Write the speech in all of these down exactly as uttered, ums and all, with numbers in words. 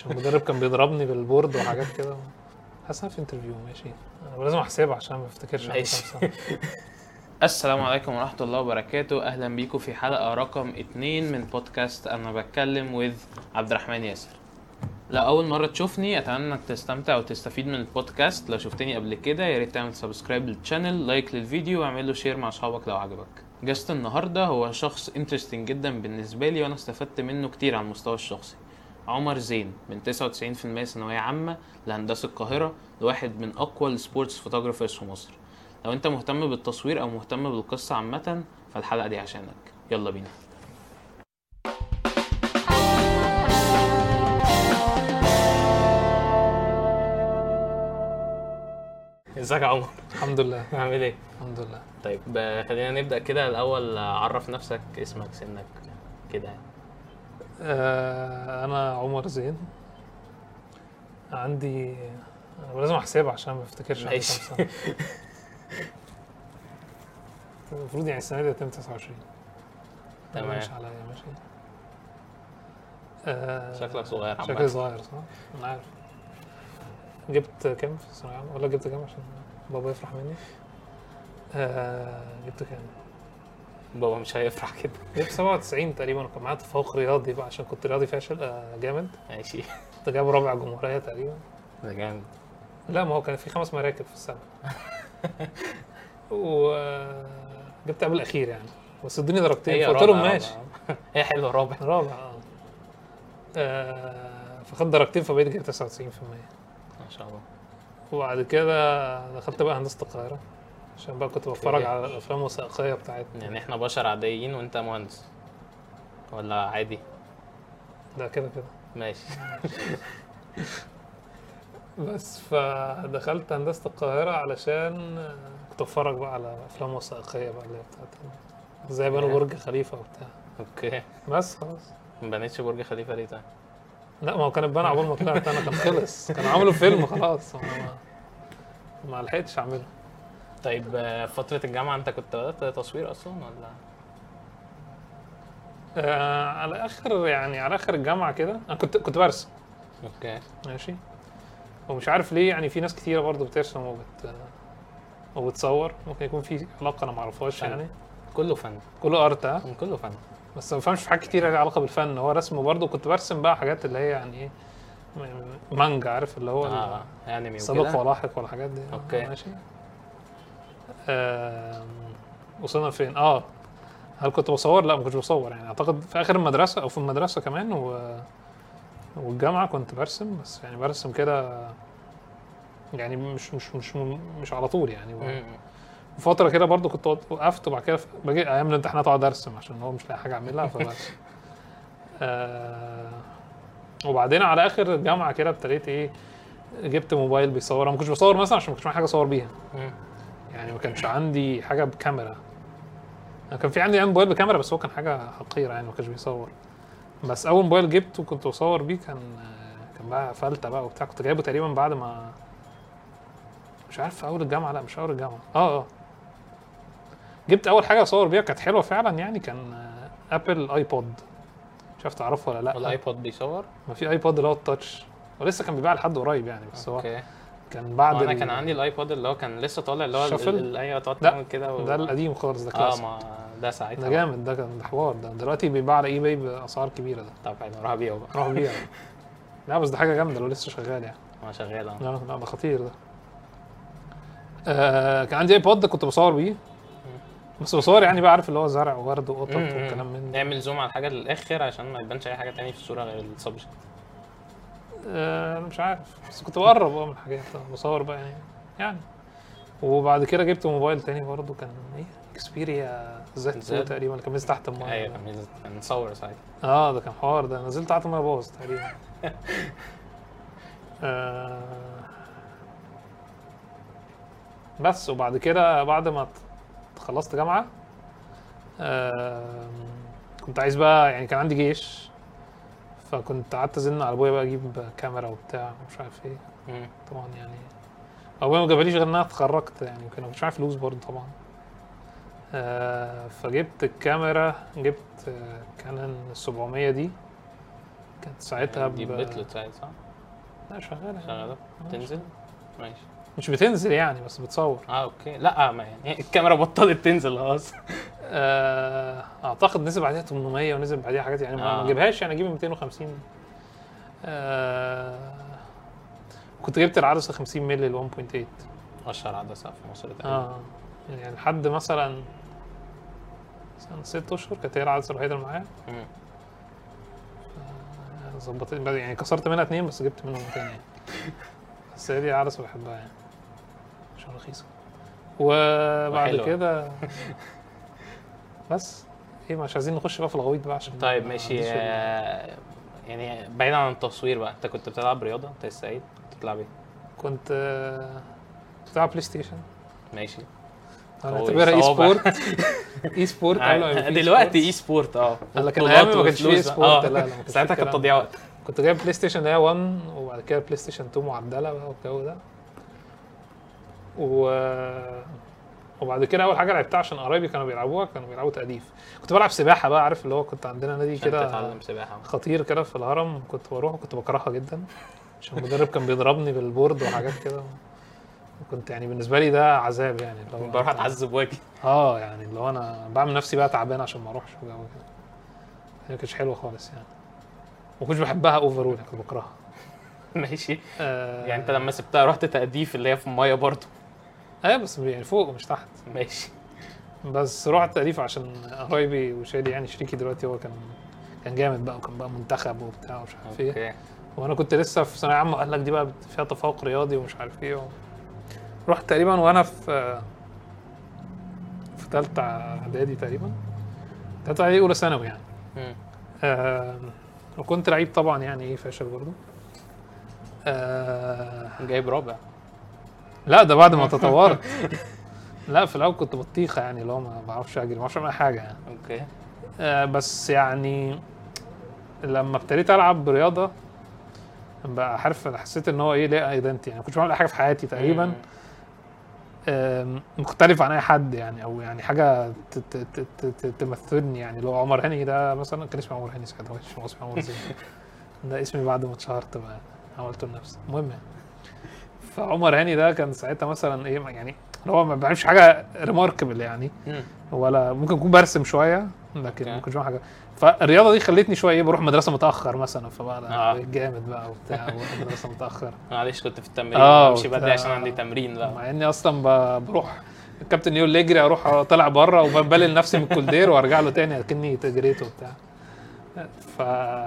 عشان المدرب كان بيضربني بالبورد وحاجات كده. حاسس إن في انترفيو ماشي، انا لازم احسبها عشان ما افتكرش عندي كام سنة. السلام عليكم ورحمة الله وبركاته. أهلا بيكم في حلقة رقم اتنين من بودكاست أنا بتكلم with عبد الرحمن ياسر. لو أول مرة تشوفني أتمنى أنك تستمتع وتستفيد من البودكاست. لو شفتني قبل كده يا ريت تعمل سبسكرايب للشانل، لايك للفيديو، واعمل له شير مع أصحابك لو عجبك. جست النهاردة هو شخص انترستنج جدا بالنسبة لي وأنا استفدت منه كتير على المستوى الشخصي. عمر زين من تسعة وتسعين في المية ثانوية عامة لهندسة القاهرة، لواحد من أقوى السبورتس فوتوغرافرز في مصر. لو انت مهتم بالتصوير او مهتم بالقصة عامة فالحلقة دي عشانك. يلا بينا. ازيك يا عمر؟ الحمد لله. عامل ايه؟ الحمد لله. طيب خلينا نبدأ كده الاول. عرف نفسك، اسمك، سنك كده. آه انا عمر زين، عندي انا لازم احسبها عشان ما افتكرش عندي كام سنة. المفروض يعني السنة دي تم تسعة وعشرين. تمام. ماشي عليا ماشي. آه شكلك صغير عامة. شكلي صغير صح؟ انا عارف. جبت كام في الثانوية العامة ولا جبت كام عشان بابا يفرح مني؟ آه جبت كام؟ بابا مش هيفرح كده. جبت سبعة وتسعين تقريبا، وكان معايا تفوق رياضي بقى عشان كنت رياضي فاشل. آه جامد. ماشي. كنت جايب رابع جمهورية تقريبا. ده جامد. لا ما هو كان في خمس مراكب في السنة. وجبت قبل الأخير يعني، بس ادوني درجتين فقلت لهم ماشي. هي حلوة رابع. رابع اه. آه، فخدت درجتين فبقيت جبت تسعة وتسعين في المية ما شاء الله. وبعد كده دخلت بقى هندسة القاهرة عشان بقى كنت بتفرج على الأفلام الوثائقية بتاعتنا. يعني احنا بشر عاديين وانت مهندس ولا عادي؟ ده كده كده ماشي. بس فدخلت هندسة القاهرة علشان كنت بتفرج بقى على أفلام وثائقية بقى اللي هي بتاعت زي بنوا برج خليفة وبتاع. اوكي. بس خلاص. ما بنيتش برج خليفة ليه طيب؟ لا ما هو كان اتبنى عقبال ما طلعت انا، كان خلص، كانوا عملوا فيلم خلاص، ما ما لحقتش اعمله. طيب فترة الجامعة انت كنت بدأت تصوير اصلا ولا؟ آه على اخر يعني على اخر الجامعه كده انا كنت كنت برسم. اوكي ماشي. ومش عارف ليه يعني في ناس كتيره برضو بترسم وبت وبتصور، ممكن يكون في علاقه انا ما اعرفهاش يعني. كله فن. كله ارت ها. كله فن. بس ما بفهمش في حاجات كتير ليها علاقه بالفن، هو رسم برضو. كنت برسم بقى حاجات اللي هي يعني ايه، مانجا، عارف اللي هو اه يعني ميو سابق كده. ولاحق والحاجات دي. اوكي. ماشي. آه وصلنا فين؟ اه هل كنت بصور؟ لا ما كنتش بصور يعني، اعتقد في اخر المدرسه او في المدرسه كمان و... والجامعه كنت برسم، بس يعني برسم كده يعني مش مش مش مش على طول يعني. مم. وفتره كده برضو كنت وقفت، وبعد كده باجي ايام الامتحانات اقعد ارسم عشان هو مش لاقي حاجه اعملها فبس. آه وبعدين على اخر الجامعه كده ابتديت ايه، جبت موبايل بيصور. انا ما كنتش بصور مثلا عشان ما كنتش معايا حاجه اصور بيها مم. يعني، ما كانش عندي حاجه بكاميرا. انا كان في عندي موبايل بكاميرا بس هو كان حاجه حقيره يعني، ما كانش بيصور. بس اول موبايل جبته كنت بصور بيه كان كان بقى فلتة بقى وبتاع. كنت جايبه تقريبا بعد ما مش عارف في اول الجامعه، لا مش اول الجامعه اه اه جبت اول حاجه اصور بيها كانت حلوه فعلا يعني، كان ابل ايبود. مش عارف تعرفه ولا لا؟ والايبود بيصور؟ ما في ايبود اللي هو التاتش ولسه كان بيباع لحد قريب يعني، بس هو اوكي. كان بعد انا كان عندي الايبود اللي هو كان لسه طالع اللي هو الشافل؟ ايوه تقعد لا، تعمل كده و... ده القديم خالص، ده اه كلاسيك. ما ده ساعتها ده جامد، ده كان حوار. ده دلوقتي بيباع على اي باي باسعار كبيره. ده طب حلو، اروح ابيعه بقى. روح بيها. لا بس ده حاجه جامده لو لسه شغال يعني. ما شغال اه. لا لا ده خطير ده. آه كان عندي ايبود كنت بصور بيه، بس بصور يعني بقى عارف اللي هو زرع وورد وقطط والكلام من ده. نعمل زوم على الحاجه للاخر عشان ما يبانش اي حاجه تاني في الصوره غير السبجكت. آه مش عارف، بس كنت بقرب بقى من الحاجات، بصور بقى يعني يعني وبعد كده جبت موبايل تاني برضه، كان ايه، اكسبيريا زد اتنين تقريبا، اللي كان بينزل تحت المايه. ايوه كان بينزل، كان مصور ساعتها. اه ده كان حوار، ده نزلت تحت المايه باظ تقريبا. آه بس وبعد كده بعد ما خلصت جامعه آه كنت عايز بقى يعني، كان عندي جيش، فكنت قعدت ازن على ابويا بقى اجيب كاميرا وبتاع ومش عارف ايه. مم. طبعا يعني ابويا ما جابليش غير ان انا اتخرجت يعني، وكان مش معايا فلوس برضه طبعا. آه فجبت الكاميرا، جبت آه كانون سبعمية دي كانت ساعتها دي ب... بتلت ساعات صح؟ لا شغاله شغاله تنزل ماشي. مش بتنزل يعني بس بتصور. اه اوكي لا ما يعني الكاميرا بطلت تنزل خلاص. آه، اعتقد نزل بعدها ثمانمية ونزل بعدها حاجات يعني ما آه. اجيبهاش يعني اجيب مئتين وخمسين. آه، كنت جبت العدسه خمسين مللي ال واحد فاصلة تمانية. اشهر عدسه في مصر تقريبا. اه يعني لحد مثلا سنة ست اشهر كانت هي العدسه الوحيده اللي معايا. مم. ظبطت يعني كسرت منها اتنين بس جبت منهم تاني يعني. بس هي دي عدسه بحبها يعني عشان رخيصه. وبعد وحلوة. كده بس ايه مش عايزين نخش بقى في الغويط بقى عشان طيب ما ماشي. عنديش ال- آه، يعني بعيدا عن التصوير بقى، انت كنت بتلعب رياضه؟ انت لسه قايل كنت بتلعب ايه؟ كنت آه، بتلعب بلاي ستيشن. ماشي. انا هو اعتبرها اي صوابع. سبورت. اي سبورت قبل ما يبقى في دلوقتي اي سبورتس. سبورت اه لكن بطولات ايامي ما كانش فيه وفلوس. سبورت. آه. لا لا ما كانش ساعتها فيه كانت الكلام تضييع ده. وقت. كنت جايب بلاي ستيشن اللي هي واحد وبعد كده بلاي ستيشن اتنين معدله بقى والجو ده. و وبعد كده اول حاجه لعبتها عشان قرايبي كانوا بيلعبوها كانوا بيلعبوا تأديف. كنت بلعب سباحه بقى عارف اللي هو كنت عندنا نادي عشان كده تتعلم سباحه. خطير كده في الهرم كنت بروح وكنت بكرهها جدا عشان المدرب كان بيضربني بالبورد وحاجات كده. كنت يعني بالنسبه لي ده عذاب يعني اللي هو بروح أنت- اتعذب واجي. اه يعني اللي هو انا بعمل نفسي بقى تعبان عشان ما اروحش وجو كده. هي ما كانتش حلوه خالص يعني. ما كنتش بحبها اوفرول كنت بكرهها. ماشي. آه يعني انت لما سبتها رحت تأديف اللي هي في الميه برضه. ايه بس يعني فوق مش تحت. ماشي. بس رحت تأليف عشان قرايبي وشادي يعني شريكي دلوقتي هو كان كان جامد بقى وكان بقى منتخب وبتاع ومش عارف ايه. اوكي. وانا كنت لسه في ثانويه عامه قال لك دي بقى فيها تفوق رياضي ومش عارف ايه و... رحت تقريبا وانا في في ثالثه اعدادي تقريبا. ثالثه اعدادي اولى ثانوي يعني. مم. آه وكنت لعيب طبعا يعني ايه فاشل برضه. آه جايب رابع. لا ده بعد ما تطورت. لا في الاول كنت بطيخه يعني اللي هو ما بعرفش اجري ما بعرفش اعمل حاجه يعني. اوكي. آه بس يعني لما ابتديت العب رياضه بقى عارف حسيت ان هو ايه ليه ايدنتي يعني. ما كنتش بعمل اي حاجه في حياتي تقريبا مم. آم، مختلف عن اي حد يعني او يعني حاجه ت- ت- ت- ت- ت- تمثلني يعني. لو عمر هاني ده مثلا كان اسمه عمر هاني ساعتها مش اسمه اسمه عمر زين. ده اسمي بعد ما اتشهرت بقى عملته لنفسي. المهم يعني فعمر هاني ده كان ساعتها مثلا ايه يعني اللي هو ما بعملش حاجه ريماركبل يعني مم. ولا ممكن اكون برسم شويه لكن أوكي. ما كنتش بعمل حاجه. فالرياضه دي خلتني شويه ايه بروح مدرسه متاخر مثلا فبقى آه. آه. جامد بقى وبتاع بروح مدرسه متاخر. معلش كنت في التمرين آه، امشي بدري وبتاع. عشان عندي تمرين بقى. مع اني اصلا ب- بروح الكابتن يقول لي اجري اروح طالع بره وببلل نفسي من الكولدير وارجع له تاني اكني جريت وبتاع. ف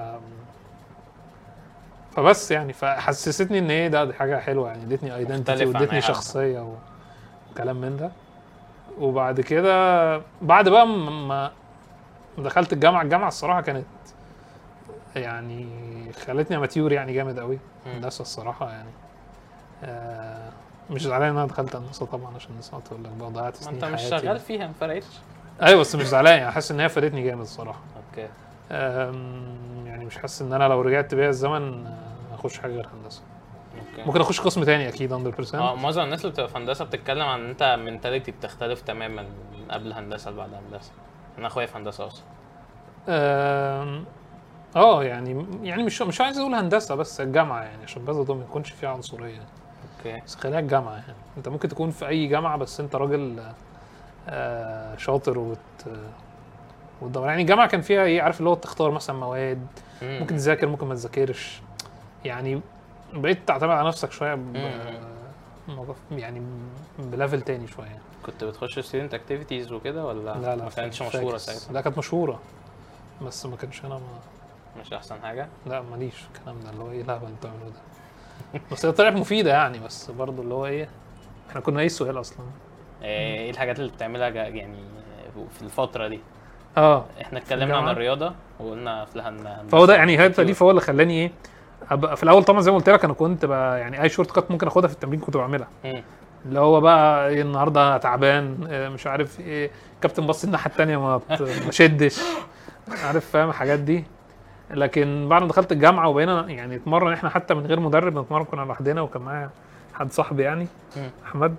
فبس يعني فحسستني ان ايه ده دي حاجه حلوه يعني ادتني ايدنتيتي مختلف عن أي وادتني حد. شخصيه و- وكلام من ده. وبعد كده بعد بقى ما دخلت الجامعه الجامعه الصراحه كانت يعني خلتني اماتيور يعني جامد قوي. مم. هندسه الصراحه يعني آه مش زعلان ان انا دخلت هندسه طبعا عشان الناس تقول لك بقى ضيعت ما سنين انت مش حياتي. شغال فيها ما فرقتش. ايوه بس مش زعلان يعني حاسس ان هي فادتني جامد الصراحه. اوكي. آم، يعني مش حاسس ان انا لو رجعت بيا الزمن آه، اخش حاجه غير هندسه. اوكي. ممكن اخش قسم تاني اكيد مية في المية. اه معظم الناس اللي بتبقى في هندسه بتتكلم عن ان انت منتاليتي بتختلف تماما من قبل هندسه لبعد هندسه. انا اخويا في هندسه اصلا. آم، اه يعني يعني مش مش عايز اقول هندسه بس الجامعه يعني عشان بس ده ما يكونش فيها عنصريه. اوكي. بس خليها الجامعه يعني انت ممكن تكون في اي جامعه بس انت راجل آه، شاطر وت وتدور يعني. الجامعه كان فيها ايه عارف اللي هو تختار مثلا مواد مم. ممكن تذاكر ممكن ما تذاكرش يعني. بقيت تعتمد على نفسك شويه ب... مم. موقف يعني بليفل تاني شويه يعني. كنت بتخش ستودنت اكتيفيتيز وكده ولا لا لا ما كانتش فاكس. مشهوره ساعتها؟ لا كانت مشهوره بس ما كانش انا ما... مش احسن حاجه. لا ماليش في الكلام ده اللي هو ايه الهبل اللي بتعمله ده. بس هي طلعت مفيده يعني بس برضه اللي هو ايه احنا كنا ايه السؤال اصلا؟ ايه الحاجات اللي بتعملها جا- يعني في الفتره دي؟ اه احنا اتكلمنا عن الجامعة؟ الرياضه وقلنا في الهن فهو ده يعني هاي دي فهو اللي خلاني ايه ابقى في الاول طبعا زي ما قلت لك انا كنت بقى يعني اي شورت كات ممكن اخدها في التمرين كنت بعملها. مم. اللي هو بقى إيه النهارده تعبان إيه مش عارف ايه كابتن بص الناحيه الثانيه ما ت- ما شدش عارف فاهم الحاجات دي. لكن بعد ما دخلت الجامعه وبقينا يعني نتمرن احنا حتى من غير مدرب نتمرن كنا لوحدنا وكان معايا حد صاحبي يعني مم. احمد.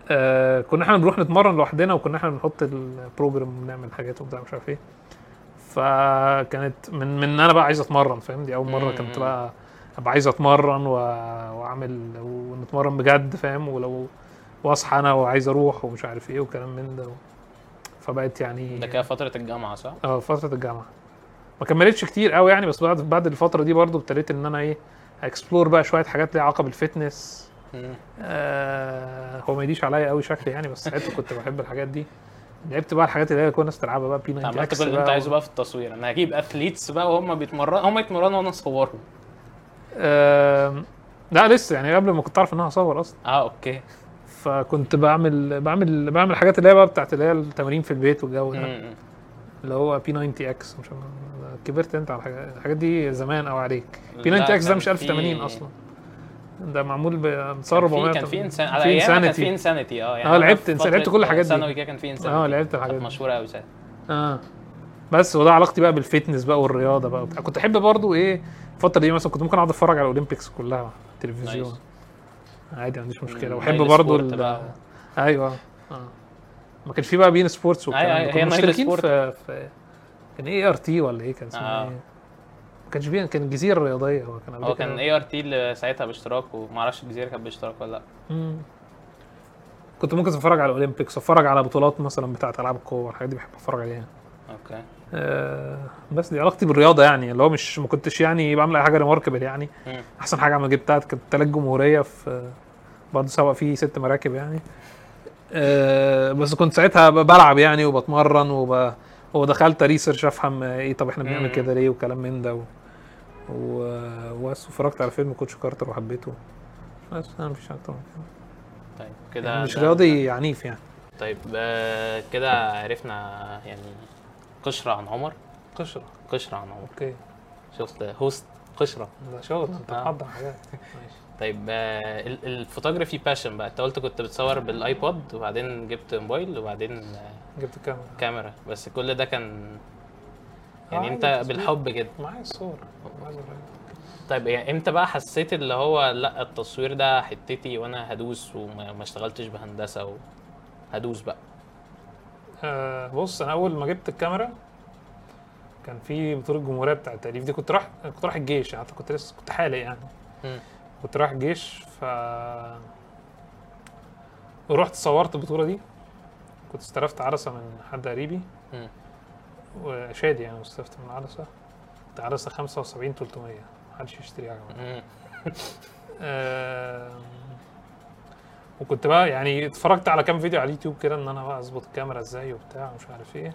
آه كنا احنا بنروح نتمرن لوحدنا وكنا احنا بنحط البروجرام ونعمل حاجات وبتاع مش عارف ايه. فكانت من من انا بقى عايز اتمرن، فاهم؟ دي اول مره مم. كنت بقى ابقى عايز اتمرن و... واعمل ونتمرن بجد، فاهم؟ ولو واصحى انا وعايز اروح ومش عارف ايه وكلام من ده. فبقت يعني ده كده فتره الجامعه صح؟ اه فتره الجامعه ما كملتش كتير قوي يعني، بس بعد بعد الفتره دي برضو ابتديت ان انا ايه اكسبلور بقى شويه حاجات ليها علاقه بالفتنس. مم. آه هو ما يديش عليا قوي شكلي يعني، بس ساعتها كنت بحب الحاجات دي. لعبت بقى الحاجات اللي هي كل الناس تلعبها بقى، بي تسعين عملت اكس كل اللي انت بقى عايزه بقى في التصوير. انا هجيب اثليتس بقى وهم بيتمرنوا، هم يتمرنوا وانا اصورهم. آه لا لسه يعني، قبل ما كنت اعرف ان انا هصور اصلا. اه اوكي. فكنت بعمل بعمل بعمل الحاجات اللي هي بقى بتاعت اللي هي التمارين في البيت والجو ده، مم. اللي هو بي تسعين اكس. مش عارف- كبرت انت على الحاجات الحاجات دي زمان او عليك. بي لا، تسعين اكس ده كان مش ألف وثمانين في- اصلا، ده معمول بمتصور كان في أربعمية. كان في انسان على في ايامها كان في Insanity. انسانيتي اه يعني اه أنا لعبت في إنسان- لعبت فترة كل الحاجات دي. ثانوي كده كان في انسانيتي. اه لعبت الحاجات كانت دي. مشهوره قوي ساعتها. اه بس وده علاقتي بقى بالفتنس بقى والرياضه بقى وبتاع. كنت احب برضو ايه الفتره دي مثلا كنت ممكن اقعد اتفرج على الاولمبيكس كلها على التلفزيون نايس. عادي، ما عنديش مشكله. مم، واحب نايل برضو سبورت ال- بقى. ايوه اه ما كانش في بقى بين سبورتس والكلام أيوة، ده. هي كنا نايل مشتركين سبورت. في, في كان ايه ار تي ولا ايه كان اسمها آه. ايه؟ ما كانش بين، كان الجزيره الرياضيه. هو كان قبل هو كده. كان اي ار تي اللي ساعتها باشتراك، وما اعرفش الجزيره كانت باشتراك ولا لا. مم. كنت ممكن اتفرج على الاولمبيكس، اتفرج على بطولات مثلا بتاعه العاب القوه، الحاجات دي بحب اتفرج عليها. اوكي. آه بس دي علاقتي بالرياضه يعني، اللي هو مش ما كنتش يعني بعمل اي حاجه ريماركبل يعني. مم. احسن حاجه عملت جبتها كانت تلات جمهوريه في برضه سبق فيه ست مراكب يعني. آه بس كنت ساعتها ب- بلعب يعني وبتمرن وب... ودخلت ريسيرش افهم ايه طب احنا بنعمل مم. كده ليه وكلام من ده و... و... وبس اتفرجت على فيلم كوتش كارتر وحبيته. بس انا مفيش اكتر من كده طيب كده يعني، مش ده- رياضي عنيف يعني. طيب آه، كده عرفنا يعني قشره عن عمر. قشره قشره عن عمر. اوكي، شفت هوست قشره. ده شغل انت آه. محضر حاجات. ماشي. طيب آه، ال- الفوتوغرافي باشن بقى. انت قلت كنت بتصور بالايبود وبعدين جبت موبايل وبعدين آه، جبت الكاميرا كاميرا، بس كل ده كان يعني آه، انت عادي، تصوير. بالحب كده. معايا الصور معايا الصور. طيب يعني امتى بقى حسيت اللي هو لا التصوير ده حتتي وانا هدوس وما ما اشتغلتش بهندسه وهدوس بقى؟ آه بص انا اول ما جبت الكاميرا كان في بطوله الجمهوريه بتاعه التأليف دي، كنت رايح كنت رايح الجيش يعني، كنت لسه كنت حالق يعني. مم. كنت رايح الجيش ف ورحت صورت البطوله دي. كنت استلفت عدسه من حد قريبي مم. وشادي يعني، استلفت من عدسه كانت عدسه خمسة وسبعين تلتمية، محدش يشتريها يا جماعه. مم. آه وكنت بقى يعني اتفرجت على كام فيديو على اليوتيوب كده ان انا بقى اظبط الكاميرا ازاي وبتاع ومش عارف ايه.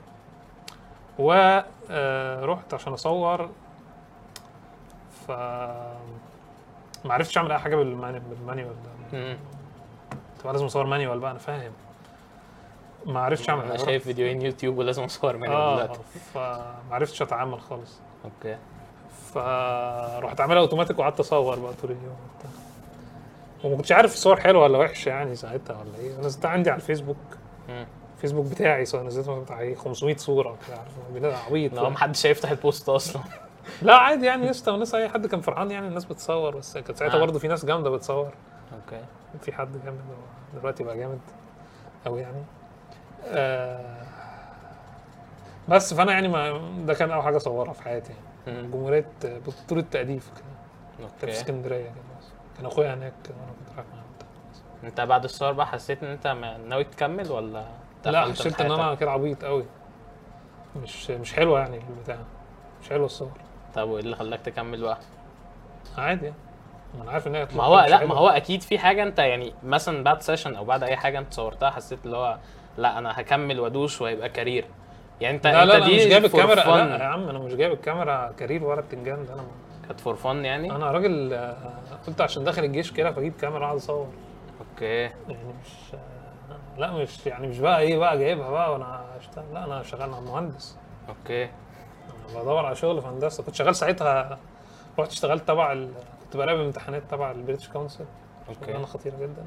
ورحت عشان اصور ف ما عرفتش اعمل اي حاجه بالماني- بالمانيوال ده. مم. طب لازم اصور مانيوال بقى، انا فاهم. ما عرفتش اعمل انا حاجة. شايف فيديوهين يوتيوب ولازم اصور منهم اه دلوقتي. فما عرفتش اتعامل خالص. اوكي. فرحت عاملها اوتوماتيك وقعدت اصور بقى طول اليوم وبتاع. وما كنتش عارف الصور حلوه ولا وحشه يعني ساعتها ولا ايه. انا نزلتها عندي على الفيسبوك، مم. الفيسبوك بتاعي صار نزلت بتاع ايه خمسمية صوره كده، عارف بناء عبيط. لو محدش هيفتح البوست اصلا. لا عادي يعني يسطا، والناس اي حد كان فرحان يعني الناس بتصور، بس كانت ساعتها آه. برضه في ناس جامده بتصور. اوكي. في حد جامد دلوقتي بقى جامد قوي يعني. آه بس فانا يعني ما ده كان اول حاجه اصورها في حياتي يعني. مم. جمهوريه بطوله تأليف كده كانت في اوكي. اسكندريه كده، بس كان اخويا هناك وانا كنت رايح معاه وبتاع. انت بعد الصور بقى حسيت ان انت ما- ناوي تكمل ولا لا اتقفلت من حسيت ان انا حياتك؟ كده عبيط قوي، مش مش حلوه يعني البتاع، مش حلوه الصور. طب وايه اللي خلاك تكمل بقى؟ عادي يعني، ما انا عارف ان هي ما هو مش لا حلوة. ما هو اكيد في حاجه انت يعني مثلا بعد سيشن او بعد اي حاجه انت صورتها حسيت اللي هو لا انا هكمل وادوس وهيبقى كارير. يعني انت لا انت لا لا دي مش جايب for الكاميرا، fun. لا يا عم انا مش جايب الكاميرا كارير ولا بتنجان ده. انا كانت فور فن يعني. انا راجل آه، قلت عشان داخل الجيش كده فاجيب كاميرا اقعد اصور اوكي. يعني. مش آه، لا مش يعني مش بقى ايه بقى جايبها بقى وانا اشتغل، لا انا شغال مع مهندس. اوكي. انا بدور على شغل في هندسه. كنت شغال ساعتها، رحت اشتغلت تبع ال... كنت براقب امتحانات تبع البريتش كونسل. اوكي. شغلانه خطيره جدا.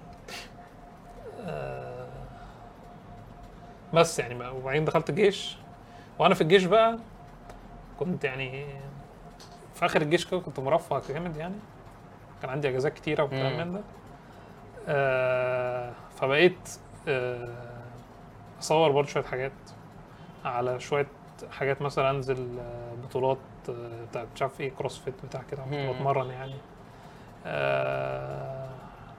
آه، بس يعني ما- وبعدين دخلت الجيش. وانا في الجيش بقى كنت يعني في اخر الجيش كده كنت مرفه جامد يعني، كان عندي اجازات كتيره وكلام مم. من ده. آه فبقيت آه اصور برضه شويه حاجات على شويه حاجات مثلا انزل بطولات بتاع مش عارف ايه كروس فيت بتاع كده بتمرن يعني. آه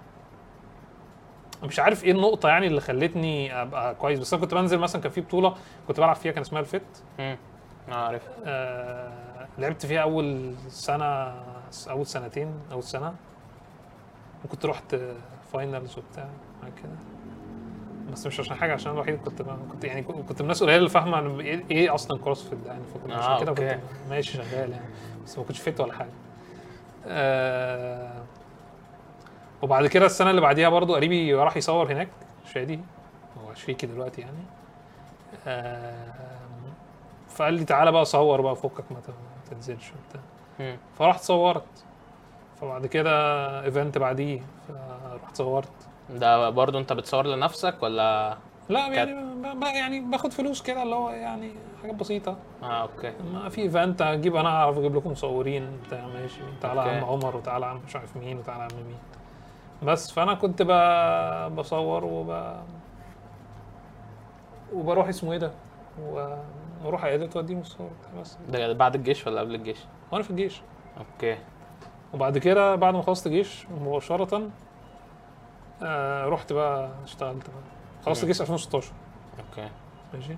مش عارف ايه النقطه يعني اللي خلتني ابقى كويس، بس انا كنت بنزل مثلا كان في بطوله كنت بلعب فيها كان اسمها الفيت. امم عارف. آه لعبت فيها اول سنه اول سنتين اول سنه، وكنت رحت فاينلز وبتاع كده، بس مش عشان حاجه، عشان انا الوحيد كنت كنت يعني كنت من الناس قليله اللي فاهمه ايه إيه اصلا كروس فيت ده يعني، فكنت آه عشان كده أوكي. كنت ماشي شغال يعني، بس ما كنتش فيت ولا حاجه. آه وبعد كده السنه اللي بعديها برضو قريبي راح يصور هناك، شادي هو شريكي دلوقتي يعني. آه فقال لي تعالى بقى صور بقى فكك ما تنزلش وبتاع، امم فرحت صورت. فبعد كده ايفنت بعديه فرحت صورت. ده برضو انت بتصور لنفسك ولا؟ لا يعني ب- ب- يعني باخد فلوس كده اللي هو يعني حاجات بسيطه. اه اوكي. ما في ايفنت اجيب انا اعرف اجيب لكم مصورين بتاع ماشي، تعالى يا أوكي. عم عمر وتعالى يا عم مش عارف مين وتعالى يا عم مين. بس فانا كنت ب- بصور وب وبروح اسمه ايه ده و- واروح ايديت واديهم الصور وبتاع بس. ده بعد الجيش ولا قبل الجيش؟ وانا في الجيش. اوكي. وبعد كده بعد ما خلصت جيش مباشره آه رحت بقى اشتغلت بقى، خلصت مم. الجيش ألفين وستاشر اوكي. ماشي.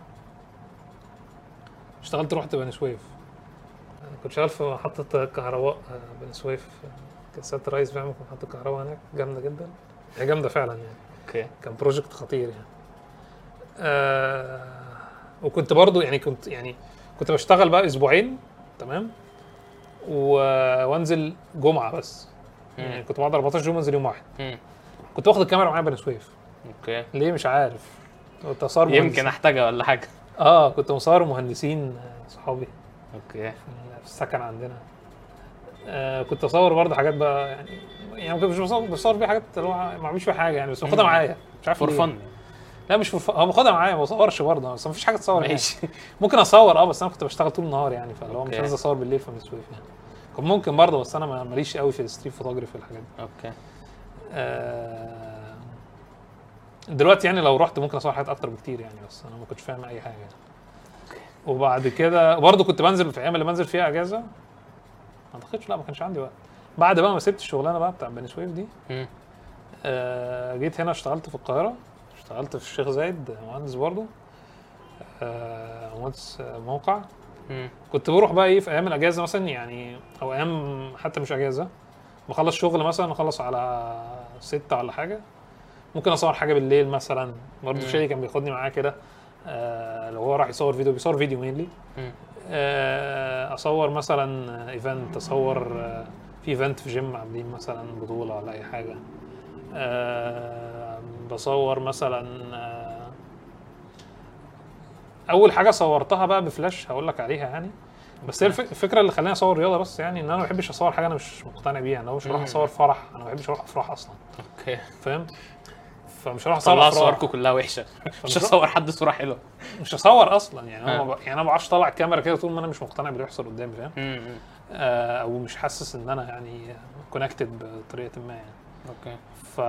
اشتغلت رحت بني سويف، كنت شغال في محطة كهرباء آه، بني سويف. آه، كان سيادة الرئيس بيعمل في محطة كهرباء هناك جامدة جدا، هي جامدة فعلا يعني، اوكي. كان بروجكت خطير يعني. آه وكنت برضو يعني كنت يعني كنت بشتغل بقى اسبوعين تمام، و- وانزل جمعة بس، يعني مم. كنت بقعد أربعتاشر يوم انزل يوم واحد. مم. كنت واخد الكاميرا معايا بني سويف، اوكي. ليه مش عارف، كنت اصور يمكن مهندسين. احتاجها ولا حاجه. اه كنت مصور مهندسين آه، صحابي اوكي. في السكن عندنا. آه كنت اصور برضه حاجات بقى يعني، يعني ما كنتش بصور بصور بيها حاجات اللي هو ما بعملش فيها حاجه يعني، بس باخدها مم. معايا مش عارف فور ليه. فن. لا مش فور فن، هو باخدها معايا ما بصورش برضه، بس ما فيش حاجه تصور يعني. ماشي. ممكن اصور اه، بس انا كنت بشتغل طول النهار يعني، فاللي هو مش أوكي. عايز اصور بالليل في سويف يعني. كان ممكن برضه، بس انا ما- ماليش قوي في الستريت فوتوغرافي والحاجات دي. اوكي. آه دلوقتي يعني لو رحت ممكن اصور حاجات اكتر بكتير يعني، بس انا ما كنتش فاهم اي حاجه يعني. وبعد كده برضه كنت بنزل في ايام اللي بنزل فيها اجازه، ما اعتقدش، لا ما كانش عندي وقت. بعد بقى ما سبت الشغلانه بقى بتاع بني سويف دي، مم. آه جيت هنا اشتغلت في القاهره، اشتغلت في الشيخ زايد مهندس برضه، آه مهندس موقع. مم. كنت بروح بقى ايه في ايام الاجازه مثلا يعني، او ايام حتى مش اجازه، بخلص شغل مثلا اخلص على ستة ولا حاجه، ممكن اصور حاجه بالليل مثلا. برضه مم. شادي كان بياخدني معاه كده، آه لو هو راح يصور فيديو بيصور فيديو مينلي. مم. آه اصور مثلا ايفنت، اصور آه في ايفنت في جيم عاملين مثلا بطوله ولا اي حاجه. آه بصور مثلا آه اول حاجه صورتها بقى بفلاش هقول لك عليها يعني، بس هي الفك- الفكره اللي خلاني اصور رياضه بس يعني، ان انا ما بحبش اصور حاجه انا مش مقتنع بيها، انا مش هروح مم. اصور فرح، انا ما بحبش اروح افراح اصلا اوكي. فاهم، فمش هروح اصور طلع افراح، صوركم كلها وحشه، مش فمش هصور حد صوره حلوه. مش هصور اصلا يعني. انا آه. ما ب... يعني انا ما بعرفش اطلع الكاميرا كده طول ما انا مش مقتنع باللي بيحصل قدامي فاهم، مم. آه او مش حاسس ان انا يعني كونكتد بطريقه ما يعني. اوكي. ف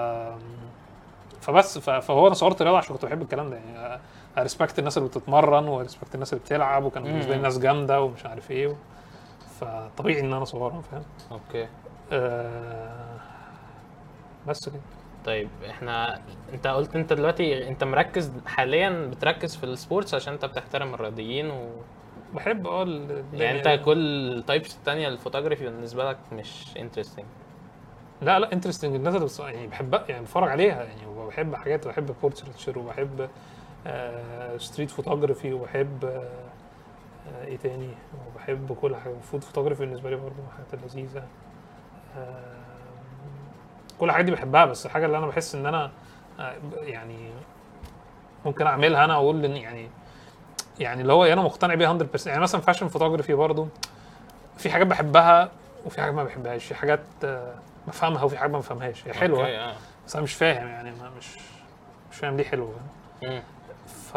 فبس ف... فهو انا صورت رياضه عشان كنت بحب الكلام ده يعني، ارسبكت الناس اللي بتتمرن وارسبكت الناس اللي بتلعب، وكان بالنسبه لي مم. ناس جامده ومش عارف ايه و... فطبيعي ان انا اصورهم فاهم. اوكي. آه... بس كده. طيب احنا انت قلت انت دلوقتي انت مركز حاليا بتركز في السبورتس عشان انت بتحترم الرياضيين و... بحب اه ال- يعني انت كل التايبس التانية للفوتوغرافي بالنسبه لك مش انترستنج؟ لا لا انترستنج الناس اللي بتص... يعني بحبها يعني بتفرج عليها يعني، وبحب حاجات، بحب بورتريتشر وبحب آه ستريت فوتوغرافي وبحب آه آه ايه تاني، وبحب كل حاجه. فود فوتوغرافي بالنسبه لي برضه من الحاجات اللذيذه. آه كل الحاجات دي بحبها، بس الحاجه اللي انا بحس ان انا آه يعني ممكن اعملها انا اقول ان يعني يعني اللي هو انا مقتنع بيها مية بالمية يعني. مثلا فاشن فوتوغرافي برضه في حاجات بحبها وفي حاجات ما بحبهاش، في حاجات آه بفهمها وفي حاجات ما بفهمهاش، هي حلوه اوكي. اه. بس انا مش فاهم يعني، ما مش مش فاهم ليه حلوه فاهم؟ مم. ف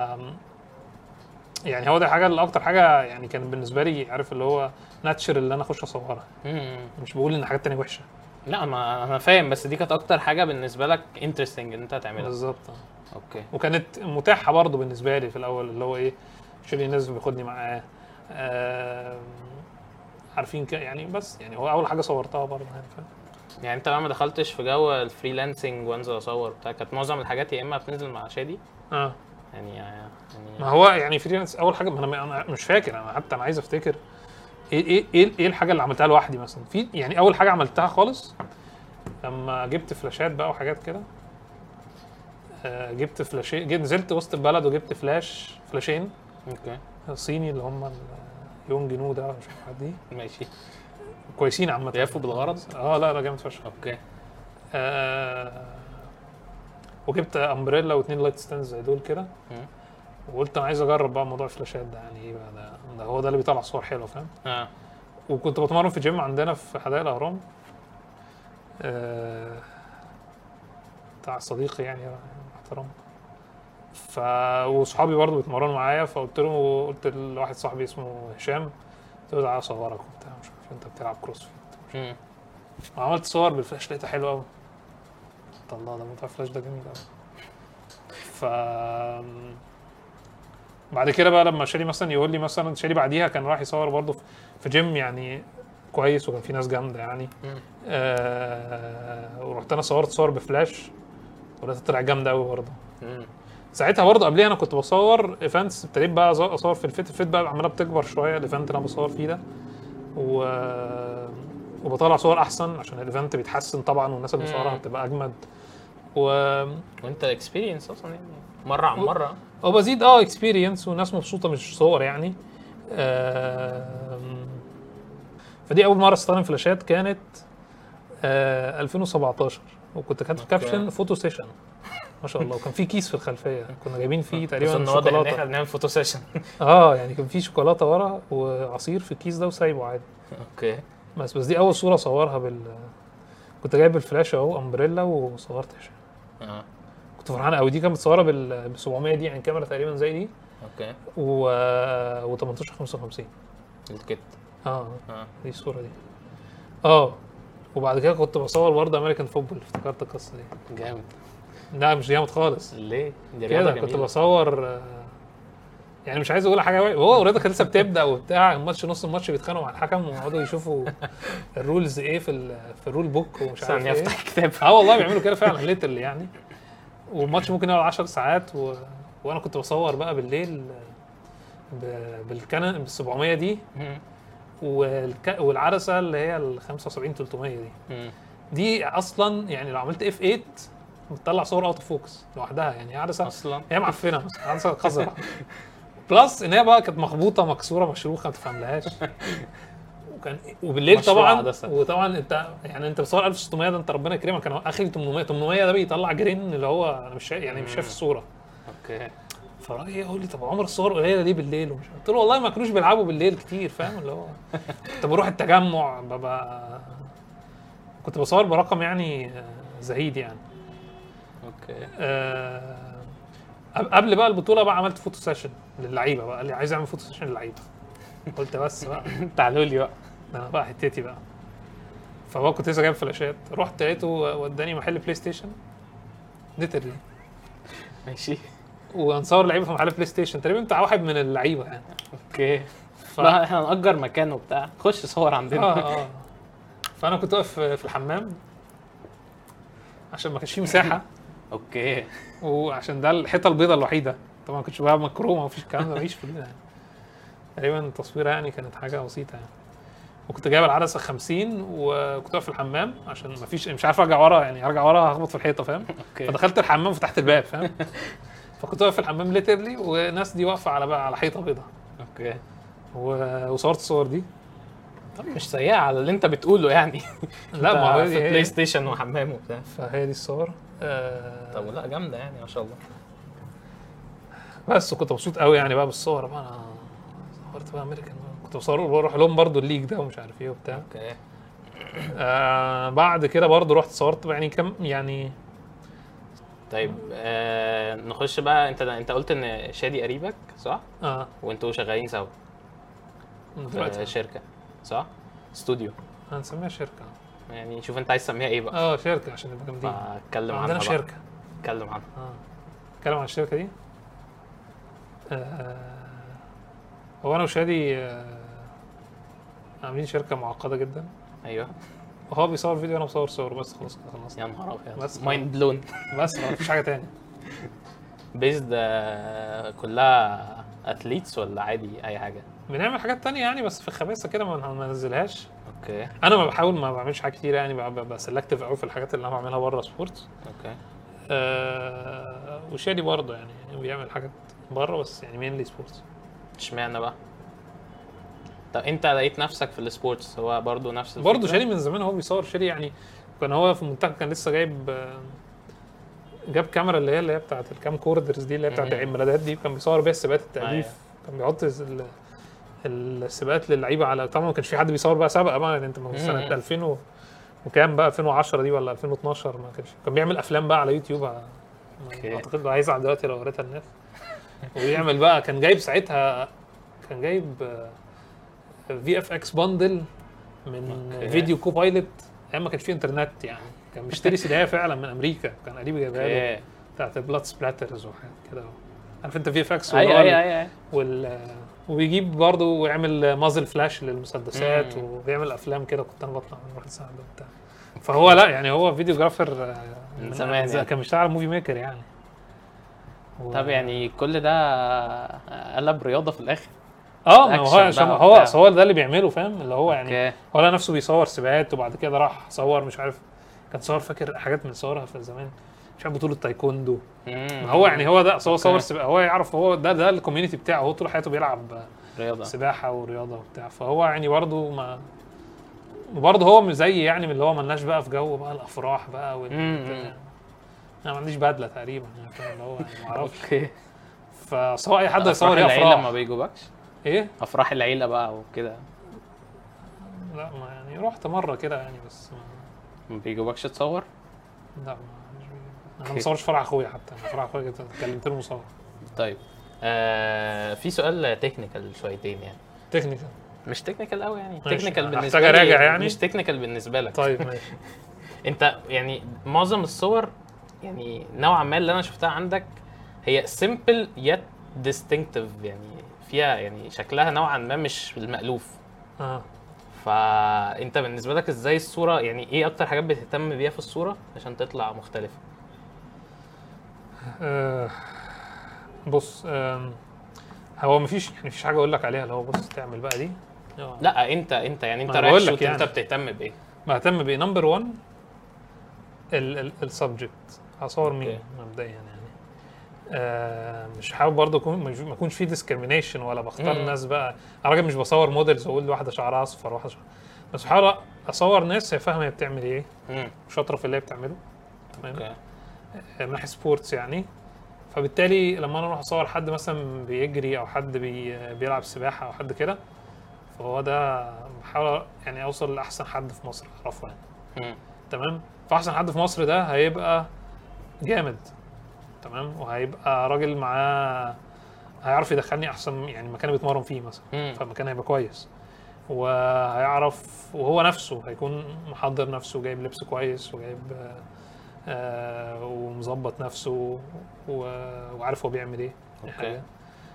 يعني هو ده حاجه اللي اكتر حاجه يعني كان بالنسبه لي عارف اللي هو ناتشر اللي انا اخش اصورها، مم. مش بقول ان حاجات تانية وحشه. لا ما انا فاهم، بس دي كانت اكتر حاجه بالنسبه لك انترستنج ان انت تعملها. بالظبط. اوكي. وكانت متاحه برضه بالنسبه لي في الاول اللي هو ايه شيري ناس بياخدني معاه. آه عارفين ك... يعني بس يعني هو اول حاجه صورتها برضه يعني فاهم. يعني انت بقى ما دخلتش في جو الفريلانسنج وانزل اصور بتاع، كانت معظم الحاجات يا اما بتنزل مع شادي اه يعني يعني ما هو يعني فريلانس اول حاجه، ما انا أنا مش فاكر، انا حتى انا عايز افتكر ايه ايه ايه ايه الحاجه اللي عملتها لوحدي مثلا. في يعني اول حاجه عملتها خالص لما جبت فلاشات بقى وحاجات كده. آه جبت فلاشين، جيت نزلت وسط البلد وجبت فلاش فلاشين اوكي صيني اللي هم يونج نو ده مش عارف دي ماشي كويسين عامه بيلفوا بالغرض. اه لا لا جامد فشخ. اوكي آه وجبت امبريلا واثنين لايت ستاندز زي دول كده. مم. وقلت انا عايز اجرب بقى موضوع الفلاشات ده، يعني ايه بقى ده, ده هو ده اللي بيطلع صور حلوه فاهم. اه وكنت بتمرن في جيم عندنا في حدائق الاهرام آه بتاع صديقي يعني محترم. ف واصحابي برضه بيتمرنوا معايا، فقلت له قلت لواحد صاحبي اسمه هشام، قلت له تعالى اصورك وبتاع مش عارف انت بتلعب كروس فيت. مم. وعملت صور بالفلاش لقيتها حلوه قوي. الله ده موضوع الفلاش ده جميل قوي. ف بعد كده بقى لما شاري مثلا يقول لي مثلا شاري بعديها كان راح يصور برضه في جيم يعني كويس وكان في ناس جامده يعني. مم. آه ورحت انا صورت صور بفلاش ولقيتها طلع جامده قوي برضه. مم. ساعتها برضه قبليها انا كنت بصور ايفنتس، ابتديت بقى اصور في الفيت. الفيت بقى عماله بتكبر شويه الايفنت اللي انا بصور فيه ده، و وبطلع صور احسن عشان الايفنت بيتحسن طبعا والناس اللي بتصورها مم. بتبقى اجمد. و وانت اكسبيرينس اصلا يعني مره عن مره. وبزيد اه اكسبيرينس والناس مبسوطه مش صور يعني. آم، فدي اول مره استخدم فلاشات كانت آه ألفين وسبعتاشر، وكنت كاتب أوكي. كابشن فوتو سيشن ما شاء الله. وكان في كيس في الخلفيه كنا جايبين فيه بس تقريبا ان واضح ان احنا شوكولاته. بنعمل فوتو سيشن. اه يعني كان في شوكولاته ورا وعصير في الكيس ده وسايبه عادي. اوكي بس بس دي اول صوره اصورها بال كنت جايب الفلاش اهو امبريلا وصورت هشام. اه كنت فرحان قوي. دي كانت متصوره بال سبعمية دي يعني كاميرا تقريبا زي دي اوكي و و تمنتاشر خمسة وخمسين. الكت اه اه دي الصوره دي. اه وبعد كده كنت بصور برضه امريكان فوتبول، افتكرت القصه دي. جامد. لا مش جامد خالص ليه؟ دي رياضه كده. كنت جميله. بصور آه، يعني مش عايز اقول حاجه وحشة. هو الرياضه كانت لسه بتبدا وبتاع، الماتش نص الماتش بيتخانقوا مع الحكم ويقعدوا يشوفوا الرولز ايه في ال... في الرول بوك ومش عارف ثانيه ايه. افتح كتاب. اه والله بيعملوا كده فعلا ليترلي يعني. والماتش ممكن يقعد عشر ساعات و... وانا كنت بصور بقى بالليل ب... بالكانون بال سبعمية دي مم. والك... والعدسه اللي هي ال خمسة وسبعين تلتمية دي. مم. دي اصلا يعني لو عملت اف تمانية بتطلع صور اوت اوف فوكس لوحدها، يعني عدسه اصلا هي معفنه بس عدسه قذره. بلس ان هي بقى كانت مخبوطه مكسوره مشروخه ما تفهملهاش. وكان وبالليل مشروع طبعا عدسة. وطبعا انت يعني انت بتصور ألف وستمية ده انت ربنا يكرمك. كان اخري تمنمية. تمنمية ده بيطلع جرين اللي هو انا مش شايف يعني مش شايف مم. الصوره. اوكي فراجل يقول لي طب عمر الصور قليله دي بالليل ومش قلت له والله ما كانوش بيلعبوا بالليل كتير فاهم اللي هو كنت بروح التجمع ببقى كنت بصور برقم يعني آه، زهيد يعني. اوكي آه، قبل بقى البطوله بقى عملت فوتو سيشن للعيبه بقى، قال لي عايز اعمل فوتو سيشن للعيبه. قلت بس بقى تعالوا لي بقى. ده انا بقى حتتي بقى. فبقى كنت لسه جايب فلاشات، رحت لقيته وداني محل بلاي ستيشن ليترلي ماشي ونصور لعيبه في محل بلاي ستيشن تقريبا بتاع واحد من اللعيبه يعني. اوكي ف... لا احنا نأجر مكان وبتاع خش صور عندنا. اه اه فانا كنت واقف في الحمام عشان ما كانش فيه مساحه اوكي وعشان ده الحيطه البيضاء الوحيده طبعا ما كنتش بقى مكرومه ما فيش الكلام ده مفيش في يعني. تقريبا التصويره يعني كانت حاجه بسيطه يعني. وكنت جايب العدسه خمسين وكنت واقف في الحمام عشان ما فيش مش عارف ارجع ورا يعني ارجع ورا هخبط في الحيطه فاهم. اوكي فدخلت الحمام وفتحت الباب فاهم. فكنت واقف في الحمام ليترلي والناس دي واقفه على بقى على حيطه بيضاء اوكي و- وصورت الصور دي. طب مش سيئة على اللي انت بتقوله يعني. لا ما هو في دي بلاي هي ستيشن وحمام وبتاع. فهي دي الصور. آه طب لا جامدة يعني ما شاء الله. بس كنت مبسوط قوي يعني بقى بالصور بقى. انا صورت بقى امريكان كنت بصور بروح لهم برضو الليج ده ومش عارف ايه وبتاع. اوكي آه بعد كده برضو رحت صورت بقى يعني كم يعني. طيب آه نخش بقى. انت انت قلت ان شادي قريبك صح؟ اه وانتوا شغالين سوا في دلوقتي شركة صح؟ استوديو. هنسميها شركه. يعني شوف انت عايز تسميها ايه بقى. اه شركه عشان نبقى جامدين. فاتكلم عنها عندنا بقى. شركه. اتكلم عنها. اه اتكلم عن الشركه دي. آه هو انا وشادي آه، عاملين شركه معقده جدا، ايوه وهو بيصور فيديو وانا بصور صور، بس خلاص كده خلصنا. يا نهار ابيض بس مايند بلون. بس ما فيش حاجه تاني. بيزد كلها اتليتس ولا عادي اي حاجه؟ بنعمل حاجات تانية يعني، بس في خباثه كده ما ما ننزلهاش. اوكي انا ما بحاول ما بعملش حاجات كتير يعني، ببقى سلكتيف قوي في الحاجات اللي انا بعملها بره سبورتس. اوكي آه وشادي برضه يعني بيعمل حاجات بره، بس يعني مينلي سبورتس. اشمعنى بقى؟ طب انت لقيت نفسك في السبورتس هو برضو نفس الفكره؟ برضه شادي من زمان هو بيصور. شادي يعني كان هو في المنتخب، كان لسه جايب آه، جاب كاميرا اللي هي اللي هي بتاعت الكام كوردرز دي اللي هي بتاعت مم. العيد ميلادات دي، كان بيصور بيها سباقات التأليف. أيوة. كان بيحط ال- السباقات للعيبه على، طبعا ما كانش في حد بيصور بقى سابقه بقى يعني، انت من سنه مم. ألفين و... وكام بقى ألفين وعشرة دي ولا ألفين واتناشر، ما كانش. كان بيعمل افلام بقى على يوتيوب على... أوكي. اعتقد بقى هيزعل دلوقتي لو وريتها الناس. ويعمل بقى، كان جايب ساعتها كان جايب في اف اكس باندل من أوكي. فيديو كوبايلوت ايام ما كانش فيه انترنت يعني. كان مشتري سيديها فعلا من امريكا، كان قريب جايبها له اوكي بتاعت بلاد سبلاترز وحاجات كده. عارف انت في اف اكس ايوه ايوه ايوه وال وبيجيب برضه ويعمل مازل فلاش للمسدسات، مم. وبيعمل افلام كده. كنت انا بطلع نروح نساعده وبتاع. فهو لا يعني هو فيديوجرافر آه، من زمان يعني. كان بيشتغل موفي ميكر يعني. و... طب يعني كل ده قلب رياضه في الاخر؟ اه ما هو أكشن عشان بقى هو وبتاع. أصل هو ده اللي بيعمله، فاهم اللي هو يعني. اوكي هو لا نفسه بيصور سباقات، وبعد كده راح صور مش عارف، كان صور فاكر حاجات من صورها في زمان، مش عارف بطولة تايكوندو. ما هو يعني هو ده، أصل هو صور أوكي. سباق، هو يعرف، هو ده ده الكوميونتي بتاعه، هو طول حياته بيلعب رياضه سباحة ورياضة وبتاع. فهو يعني برضه ما برضه هو مش زي يعني من اللي هو ملناش بقى في جو بقى الافراح بقى وال مم. انا ما عنديش بدله تقريبا يعني، فاهم اللي هو يعني ما اعرفش. اوكي فسواء اي حد أفراح يصور ايه العيله ما افراح بيجوبكش؟ ايه. افراح العيله بقى وكده لا ما يعني رحت مره كده يعني، بس ما ما بيجوبكش تصور؟ لا ما مش انا ما أوكي. بصورش فرح اخويا، حتى انا فرح اخويا كنت كلمت له مصور. طيب آه في سؤال تكنيكال شويتين يعني، تكنيكال. مش تكنيكال قوي يعني، ماشي. تكنيكال بالنسبه هحتاج لي أراجع يعني؟ مش تكنيكال بالنسبه لك. طيب ماشي. انت يعني معظم الصور يعني نوعا ما اللي انا شفتها عندك هي سيمبل يت ديستنكتيف، يعني فيها يعني شكلها نوعا ما مش المألوف. اه فانت بالنسبه لك ازاي الصوره، يعني ايه اكتر حاجات بتهتم بيها في الصوره عشان تطلع مختلفه؟ آه، بص آم، هو مفيش يعني مفيش حاجه اقول لك عليها اللي هو بص تعمل بقى دي. آه. لا انت انت يعني انت ما أنا رايح بقول لك شوت يعني. انت بتهتم بايه؟ بهتم بايه؟ نمبر واحد السبجكت، هصور مين أوكي. مبدئيا يعني. آه مش حابب برضه اكون مش- ما يكونش في ديسكريميشن ولا بختار مم. ناس بقى. انا راجل مش بصور موديلز واقول واحده شعرها اصفر واحده شعرها، بس بحاول اصور ناس هي فاهمه هي بتعمل ايه، امم شاطره في اللي هي بتعمله، تمام؟ اوكي من ناحيه سبورتس يعني. فبالتالي لما انا اروح اصور حد مثلا بيجري او حد بي بيلعب سباحه او حد كده، فهو ده بحاول يعني اوصل لاحسن حد في مصر اعرفه يعني، امم تمام؟ فاحسن حد في مصر ده هيبقى جامد، تمام؟ وهيبقى راجل معاه هيعرف يدخلني احسن يعني مكان بيتمرن فيه مثلا، امم فالمكان هيبقى كويس، وهيعرف وهو نفسه هيكون محضر نفسه، جايب لبس كويس وجايب آه ومظبط نفسه و- وعارف هو بيعمل ايه. دي أوكي. حاجة.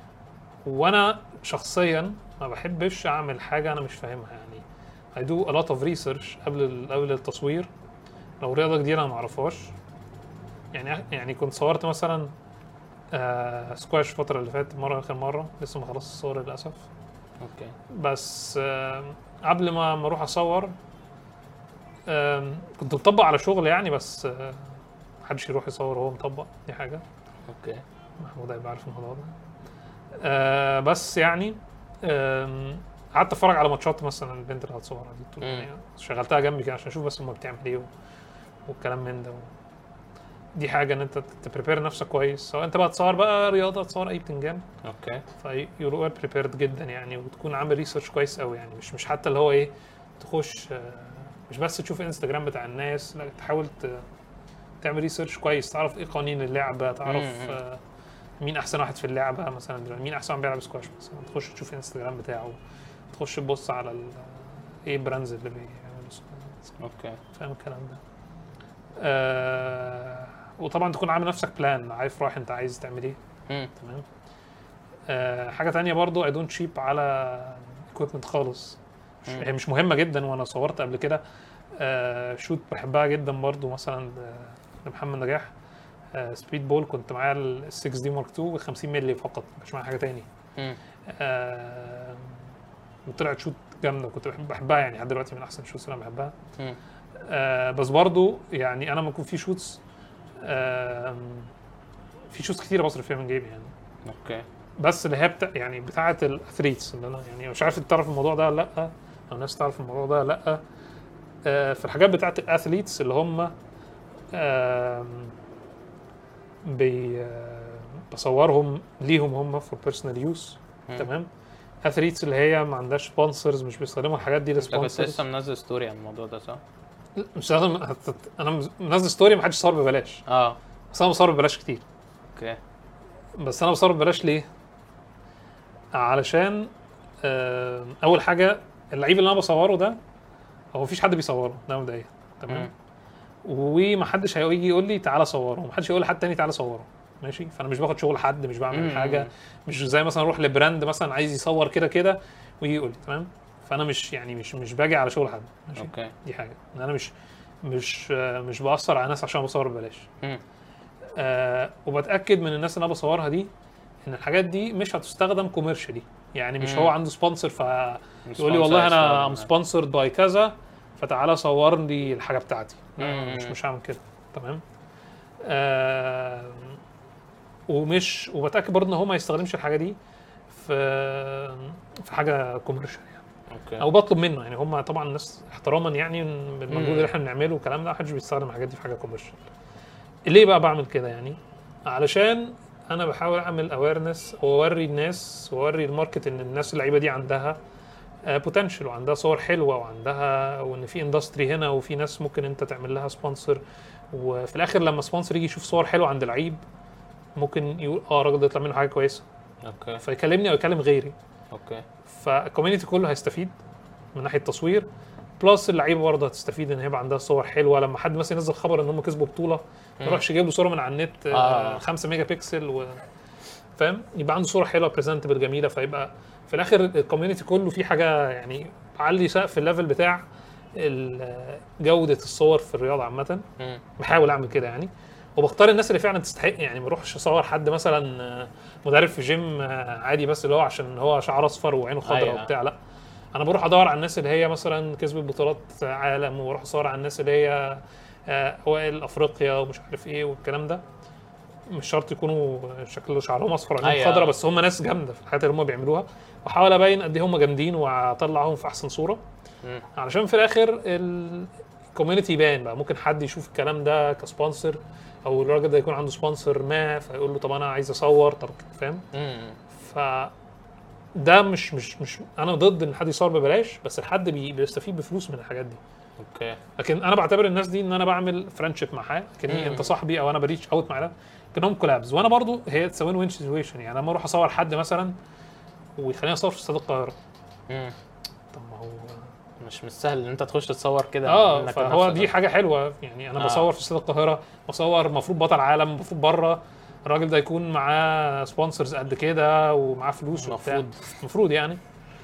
وانا شخصيا ما بحبش اعمل حاجه انا مش فاهمها يعني. I do a lot of research قبل ال- قبل التصوير. لو رياضه جديده انا ما اعرفهاش يعني يعني كنت صورت مثلا آه سكواش الفتره اللي فاتت مره اخر مره، لسه ما خلصت الصور للاسف. اوكي بس آه قبل ما ما اروح اصور آه كنت مطبق على شغل يعني، بس آه محدش يروح يصور وهو مطبق، دي حاجه اوكي محمود هيبقى عارف الموضوع ده. آه بس يعني آم، قعدت اتفرج على ماتشات مثلا البنت اللي هتصورها دي طول مم. يعني، شغلتها جنبي كده عشان اشوف بس هما بتعمل ايه و- والكلام من ده و... دي حاجه ان انت تبريبير نفسك كويس، سواء انت بقى تصور بقى رياضه تصور اي بتنجان، اوكي فيو ويل بريبيرد جدا يعني، وتكون عامل ريسيرش كويس قوي يعني، مش مش حتى اللي هو ايه تخش آه، مش بس تشوف انستجرام بتاع الناس، لا تحاول ت- تعمل ريسيرش كويس، تعرف ايه قوانين اللعبه، تعرف مم. آه، مين احسن واحد في اللعبه مثلا دلوقتي، مين احسن واحد بيلعب سكواش مثلا، تخش تشوف الانستجرام بتاعه، تخش تبص على ال- ايه براندز اللي بيعملوا سكواش، اوكي فاهم الكلام ده. آه وطبعا تكون عامل نفسك بلان، عارف رايح انت عايز تعمل ايه، امم تمام. آه حاجه تانية برضو I don't cheap على equipment خالص. مش مم. هي مش مهمه جدا، وانا صورت قبل كده آه شوت بحبها جدا برضو، مثلا لمحمد نجاح آه سبيد بول، كنت معايا ال ستة دي مارك اتنين ب خمسين مللي فقط، مش معايا حاجه تاني. مم. آه وطلعت شوت جامده، كنت بحب بحبها يعني لحد دلوقتي من احسن الشوتس اللي انا بحبها. مم. آه بس برضو يعني انا لما يكون في شوتس آه في شوتس كتير بصرف فيها من جيبي يعني. اوكي. بس اللي هي بتا يعني بتاعه الاثليتس اللي انا يعني مش عارف انت تعرف الموضوع ده ولا لا، او الناس تعرف الموضوع ده ولا لا. آه في الحاجات بتاعه الاثليتس اللي هم آه بي آه بصورهم ليهم هم فور بيرسونال يوز. تمام. اثليتس اللي هي ما عندهاش سبونسرز، مش بيستخدموا الحاجات دي انت كنت لسبونسرز. لسه منزل ستوري عن الموضوع ده صح؟ مش لازم هت- انا منزل ستوري ما حدش صور ببلاش، اه. بس انا بصور ببلاش كتير. اوكي. بس انا بصور ببلاش ليه؟ علشان آه اول حاجه اللعيب اللي انا بصوره ده هو مفيش حد بيصوره ده مبدئيا. تمام. مم. ومحدش هيجي يقول لي تعالى صوره، ومحدش يقول لحد تاني تعالى صوره. ماشي. فانا مش باخد شغل حد، مش بعمل مم. حاجه، مش زي مثلا اروح لبراند مثلا عايز يصور كده كده ويجي يقول لي تمام. فانا مش يعني مش مش باجي على شغل حد. ماشي. اوكي. دي حاجه ان انا مش مش آه، مش باثر على ناس عشان بصور ببلاش. مم. آه وبتاكد من الناس اللي انا بصورها دي ان الحاجات دي مش هتستخدم كوميرشالي، يعني مش مم. هو عنده سبونسر فيقول لي Sponsor والله انا ام يستخدم. سبونسرد باي كذا فتعالى صور لي الحاجه بتاعتي. لا، مم. مش مش هعمل كده. تمام. آه ومش وبتاكد برضه ان هو ما يستخدمش الحاجه دي في في حاجه كوميرشال يعني، اوكي. او بطلب منه يعني. هم طبعا الناس احتراما يعني بالمجهود مم. اللي احنا بنعمله والكلام ده، محدش بيستخدم الحاجات دي في حاجه كوميرشال. ليه بقى بعمل كده يعني؟ علشان انا بحاول اعمل اويرنس واوري الناس واوري الماركت ان الناس اللعيبه دي عندها بوتنشال وعندها صور حلوه وعندها، وان في اندستري هنا وفي ناس ممكن انت تعمل لها سبونسر. وفي الاخر لما سبونسر يجي يشوف صور حلوه عند لعيب ممكن يقول اه الراجل ده يطلع منه حاجه كويسه، اوكي. فيكلمني او يكلم غيري. اوكي. فالكوميونتي كله هيستفيد من ناحيه التصوير، بلس اللعيبه برضه هتستفيد ان هيبقى عندها صور حلوه. لما حد مثلا ينزل خبر ان هم كسبوا بطوله ما يروحش يجيب له صوره من على النت آه. خمسة ميجا بيكسل و... فاهم؟ يبقى عنده صوره حلوه بريزنتبل جميله، فيبقى في الاخر الكوميونتي كله في حاجه يعني علي سقف الليفل بتاع ال- جوده الصور في الرياضه عامه. مم. بحاول اعمل كده يعني، وبختار الناس اللي فعلا تستحق يعني. ما اروحش اصور حد مثلا مدرب في جيم عادي بس اللي هو عشان هو شعره اصفر وعينه خضراء أيوة. وبتاع. لا، انا بروح ادور على الناس اللي هي مثلا كسبت بطولات عالم، واروح اصور على الناس اللي هي آه، اوائل افريقيا ومش عارف ايه والكلام ده. مش شرط يكونوا شكل شعرهم اصفر وعينهم أيوة. خضراء، بس هم ناس جامده في الحاجات اللي هم بيعملوها، واحاول ابين قد ايه هم جامدين واطلعهم في احسن صوره. مم. علشان في الاخر الكوميونتي يبان بقى. ممكن حد يشوف الكلام ده كسبونسر، او الراجل ده يكون عنده سبونسر ما فيقول له طب انا عايز اصور، طب فاهم؟ مم. ف ده مش مش مش انا ضد ان حد يصور ببلاش، بس الحد بي بيستفيد بفلوس من الحاجات دي. اوكي. لكن انا بعتبر الناس دي ان انا بعمل فريندشيب معاه، لكن مم. انت صاحبي او انا بريتش اوت مع ده كانهم كولابز. وانا برضو هي تسوين وين سيتويشن يعني. لما اروح اصور حد مثلا ويخليني اصور في استاد القاهره، مم. طب ما هو مش مش سهل ان انت تخش تصور كده اه منك فهو لنفسك. دي حاجه حلوه يعني. انا آه. آه. بصور في استاد القاهره، بصور المفروض بطل عالم، المفروض بره الراجل ده يكون معاه سبونسرز قد كده ومعاه فلوس وبتاع. المفروض. المفروض يعني.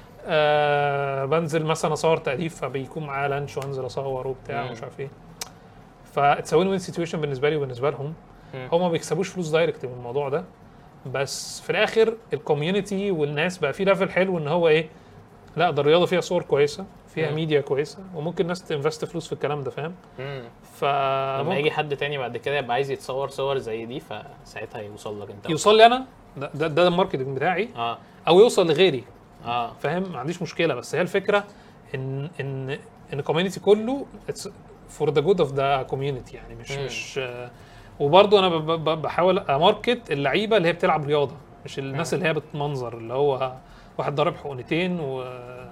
آه بنزل مثلا اصور تأليف فبيكون معاه لانش وانزل اصور وبتاع مم. ومش عارف ايه. فاتس وين وين سيتويشن بالنسبه لي وبالنسبه لهم. مم. هم ما بيكسبوش فلوس دايركت من الموضوع ده، بس في الاخر الكوميونتي والناس بقى في ليفل حلو ان هو ايه، لا ده الرياضه فيها صور كويسه، فيها مم. ميديا كويسه، وممكن ناس تنفست فلوس في الكلام ده. فاهم؟ مم. ف لما يجي حد تاني بعد كده يبقى عايز يتصور صور زي دي فساعتها يوصل لك انت. يوصل لي انا ده ده, ده الماركتنج بتاعي، اه. او يوصل لغيري. اه. فاهم؟ ما عنديش مشكله، بس هي الفكره ان ان ان الكوميونتي كله فور ذا جود اوف ذا كوميونتي يعني. مش مم. مش مش آه، وبرضه انا ب- ب- بحاول اماركت اللعيبه اللي هي بتلعب رياضه، مش الناس مم. اللي هي بتمنظر، اللي هو واحد ضارب حقنتين و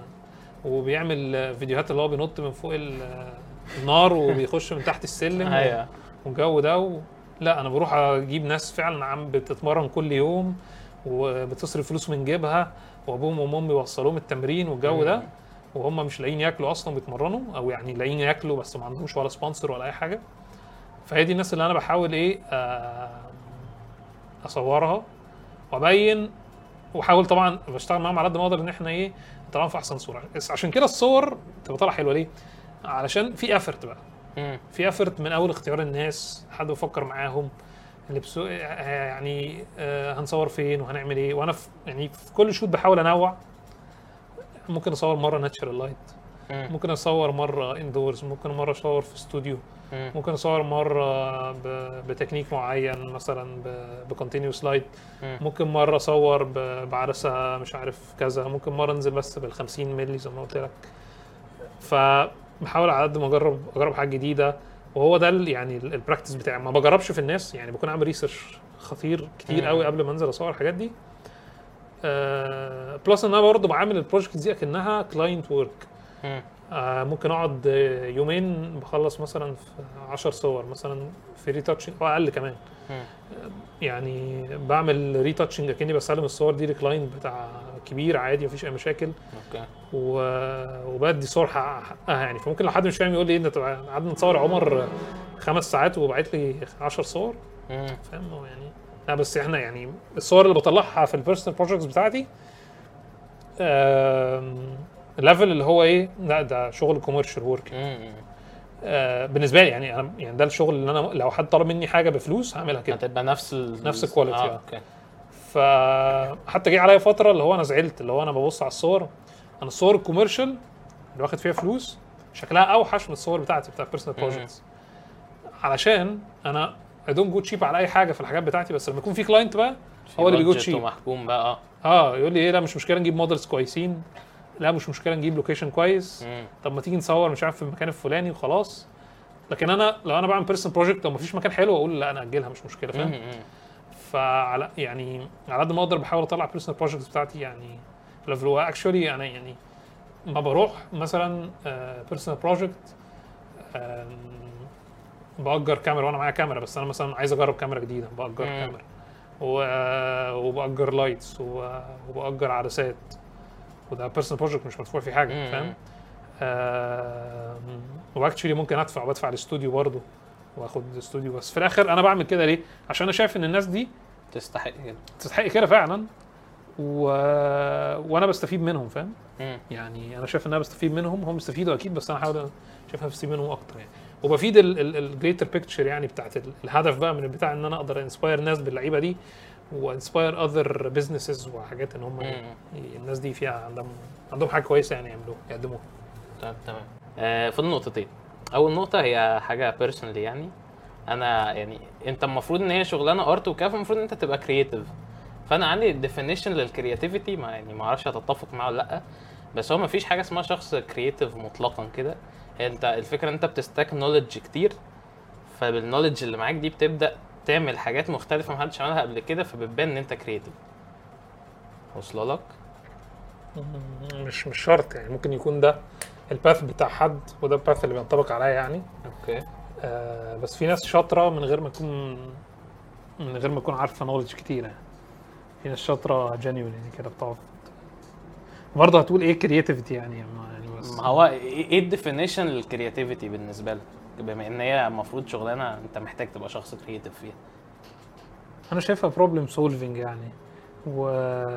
وبيعمل فيديوهات اللي هو بينط من فوق ال- النار وبيخش من تحت السلم ايوه. والجو ده و... لا انا بروح اجيب ناس فعلا عم بتتمرن كل يوم وبتصرف فلوس من جيبها، وابوهم وامهم بيوصلوهم التمرين والجو ده، مم. وهم مش لاقيين ياكلوا اصلا بيتمرنوا، او يعني لاقيين ياكلوا بس ما عندهمش ولا سبونسر ولا اي حاجه. فهي دي الناس اللي انا بحاول ايه آه، اصورها وابين وحاول طبعا بشتغل معاهم على قد ما اقدر ان احنا ايه طبعا في احسن صوره. بس عشان كده الصور تبقى طالعه حلوه ليه؟ علشان في افرت بقى، مم. في افرت من اول اختيار الناس، حد بيفكر معاهم اللي بسو يعني آه هنصور فين وهنعمل ايه. وانا في يعني في كل شوت بحاول انوع، ممكن اصور مره ناتشرال لايت، مم. ممكن اصور مره اندورز، ممكن مره اصور في استوديو، مم. ممكن اصور مره ب- بتكنيك معين مثلا بكونتينيوس لايت، مم. ممكن مره اصور ب- بعدسه مش عارف كذا، ممكن مره انزل بس بال خمسين مللي زي ما قلت لك. فبحاول على قد ما اجرب اجرب حاجه جديده، وهو ده ال- يعني ال- البراكتس بتاعي. ما بجربش في الناس، يعني بكون عامل ريسيرش خطير كتير مم. قوي قبل ما انزل اصور الحاجات دي. آه بلس ان انا برضه بعمل البروجكت دي اكنها كلاينت ورك. مم. آه ممكن اقعد آه، يومين بخلص مثلا في عشر صور مثلا في ريتاتشنج او اقل كمان. مم. يعني بعمل ريتاتشنج اكني بسلم الصور دي لكلاينت بتاع كبير عادي مفيش اي مشاكل، اوكي. و- وبدي صور حق- حقها يعني. فممكن لو حد مش فاهم يقول لي ايه انت قعدنا نصور عمر خمس ساعات وبعت لي عشر صور، مم. فاهم هو يعني. لا بس احنا يعني الصور اللي بطلعها في البيرسونال بروجكتس بتاعتي الليفل اللي هو ايه، لا ده شغل كوميرشال ورك. مم. آه بالنسبه لي يعني انا يعني ده الشغل اللي انا لو حد طلب مني حاجه بفلوس هعملها كده. هتبقى نفس ال... نفس الكواليتي، اه آه. اوكي. فحتى جه عليا فتره اللي هو انا زعلت، اللي هو انا ببص على الصور، انا الصور الكوميرشال اللي واخد فيها فلوس شكلها اوحش من الصور بتاعتي بتاع بيرسونال مم. بروجكتس، علشان انا اي دونت جو تشيب على اي حاجه في الحاجات بتاعتي. بس لما يكون في كلاينت بقى هو اللي بيجو تشيب. ومحكوم بقى اه اه يقول لي ايه، لا مش مشكله نجيب موديلز كويسين، لا مش مشكله نجيب لوكيشن كويس، مم. طب ما تيجي نصور مش عارف في المكان الفلاني وخلاص. لكن انا لو انا بعمل بيرسونال بروجكت لو مفيش مكان حلو اقول لا انا اجلها مش مشكله، فاهم. مم. مم. فعلى يعني على قد ما اقدر بحاول اطلع بيرسونال بروجكتس بتاعتي يعني ليفل. هو اكشولي انا يعني ما بروح مثلا بيرسونال بروجكت باجر كاميرا وانا معايا كاميرا، بس انا مثلا عايز اجرب كاميرا جديده باجر مم. كاميرا و- وباجر لايتس و- وباجر عدسات، وده بيرسونال بروجكت مش مدفوع فيه حاجه، مم. فاهم. واكشولي ممكن ادفع وبدفع الاستوديو برضه واخد استوديو. بس في الاخر انا بعمل كده ليه؟ عشان انا شايف ان الناس دي تستحق كده. تستحق كده فعلا، و... وانا بستفيد منهم، فاهم. مم. يعني انا شايف ان انا بستفيد منهم، هم بيستفيدوا اكيد، بس انا حاول شايف انا بستفيد منهم اكتر يعني. وبفيد الجريتر بيكتشر يعني بتاعت ال- الهدف بقى من البتاع ان انا اقدر انسباير ناس باللعيبه دي، وانسباير اذر بزنسز وحاجات ان هم مم. الناس دي فيها عندهم عندهم حاجه كويسه يعني يعملوها يقدموها. طب تمام. آه فاضل نقطتين. اول نقطه هي حاجه بيرسونال يعني، انا يعني انت المفروض ان هي شغلانه ارت وكده، فالمفروض ان انت تبقى كرييتيف. فانا عندي ديفينيشن للكرياتيفيتي، ما يعني ما اعرفش هتتفق معاه ولا لا، بس هو ما فيش حاجه اسمها شخص كرييتيف مطلقا كده. انت الفكره ان انت بتستاك نوليدج كتير، فبالنوليدج اللي معاك دي بتبدا تعمل حاجات مختلفه ما حدش عملها قبل كده، فبتبان ان انت كرييتيف. وصل لك؟ مش مش شرط يعني، ممكن يكون ده الباث بتاع حد وده الباث اللي بينطبق عليا يعني. اوكي. آه بس في ناس شاطره من غير ما تكون من غير ما تكون عارفه نولج كتير يعني. في ناس شاطره جينيون يعني كده بتقعد برضه هتقول ايه كرياتيفيتي يعني, يعني بس ما هو ايه الديفينيشن للكرياتيفيتي بالنسبه لك، بما ان هي المفروض شغلانه انت محتاج تبقى شخص كرياتيف فيها؟ انا شايفها بروبلم سولفينج يعني، و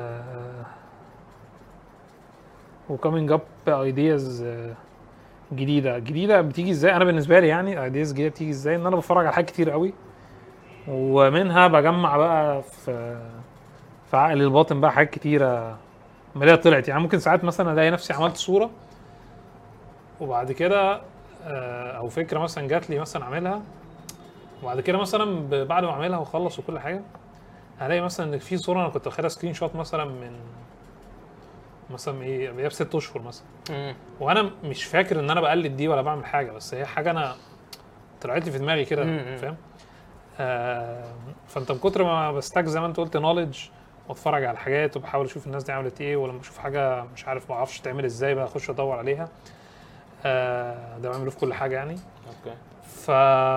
وكامينج اب بايدياز جديده جديده بتيجي ازاي. انا بالنسبه لي يعني ايدياز جديده بتيجي ازاي، ان انا بتفرج على حاجات كتير قوي ومنها بجمع بقى في في عقلي الباطن بقى حاجات كتيره ماليه طلعت يعني. ممكن ساعات مثلا الاقي نفسي عملت صوره وبعد كده او فكره مثلا جات لي مثلا اعملها، وبعد كده مثلا بعد ما اعملها واخلص وكل حاجه الاقي مثلا ان في صوره انا كنت واخدها سكرين شوت مثلا من مثلا ايه بقى ست اشهر مثلا، مم. وانا مش فاكر ان انا بقلد دي ولا بعمل حاجه، بس هي حاجه انا طلعت لي في دماغي كده، مم. فاهم. آه فانت من كتر ما بستك زي ما انت قلت نوليدج واتفرج على الحاجات وبحاول اشوف الناس دي عملت ايه، ولما اشوف حاجه مش عارف ما اعرفش تعمل ازاي بقى اخش ادور عليها. آه ده بعمله في كل حاجه يعني. اوكي. ف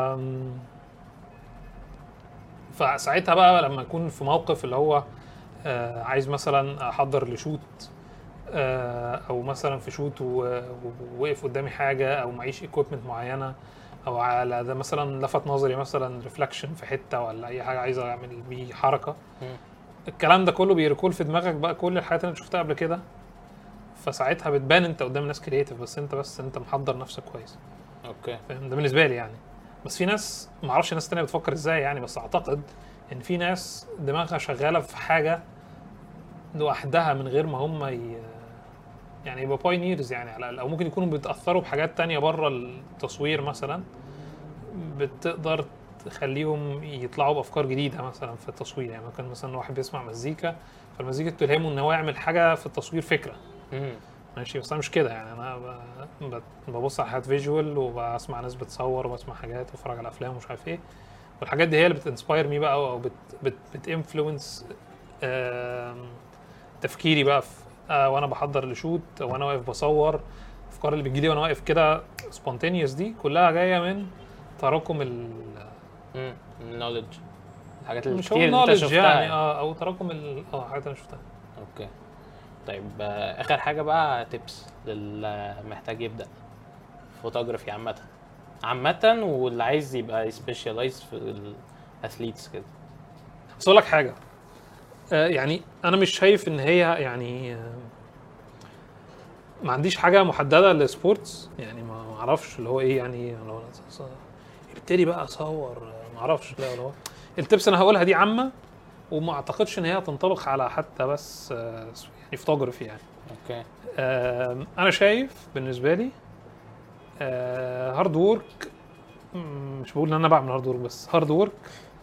فساعتها بقى لما اكون في موقف اللي هو آه عايز مثلا احضر لشوت، آه او مثلا في شوت ووقف قدامي حاجه او معيش ايكويبمنت معينه، او على ده مثلا لفت نظري مثلا ريفلكشن في حته ولا اي حاجه عايز اعمل بيه حركه، مم. الكلام ده كله بيركول في دماغك بقى كل الحاجات اللي انت شفتها قبل كده، فساعتها بتبان انت قدام ناس كرييتيف، بس انت بس انت محضر نفسك كويس. اوكي فاهم؟ ده بالنسبه لي يعني. بس في ناس ما اعرفش ناس تانية بتفكر ازاي يعني، بس اعتقد ان في ناس دماغها شغاله في حاجه لوحدها من غير ما هم ي... يعني يبقى باينيرز يعني على الاقل، او ممكن يكونوا بيتاثروا بحاجات تانية بره التصوير مثلا، بتقدر تخليهم يطلعوا بافكار جديده مثلا في التصوير. يعني ممكن مثلا واحد بيسمع مزيكا، فالمزيكا تلهمه ان هو يعمل حاجه في التصوير فكره. امم ماشي، بس انا مش كده يعني. انا ب- ب- ببص على حاجات فيجوال، وبسمع ناس بتصور، وبسمع حاجات، واتفرج على افلام ومش عارف ايه، والحاجات دي هي اللي بتنسباير مي بقى، او بت بت بتانفلونس تفكيري بقى في آه وانا بحضر لشوت، وانا واقف بصور. الافكار اللي بتجيلي وانا واقف كده سبونتينيوس دي كلها جايه من تراكم ال امم النولج، الحاجات مش هو الكتير اللي انت النولج شفتها يعني، اه او تراكم ال- اه حاجات انا شفتها. اوكي طيب آه، اخر حاجه بقى تيبس للي محتاج يبدا فوتوغرافي عامه عامه، واللي عايز يبقى سبيشالايز في الاثليتس كده. بس اقول لك حاجه، آه يعني انا مش شايف ان هي يعني آه ما عنديش حاجه محدده للسبورتس يعني. ما ما اعرفش اللي هو ايه يعني، لو أنا ص- ابتدي بقى اصور، آه، ما اعرفش. لا ولا هو التبس انا هقولها دي عامه، وما اعتقدش ان هي تنطبق على حتى بس آه يعني فوتوغرافي يعني. اوكي آه انا شايف بالنسبه لي آه هارد وورك، مش بقول ان انا بعمل هارد وورك، بس هارد وورك،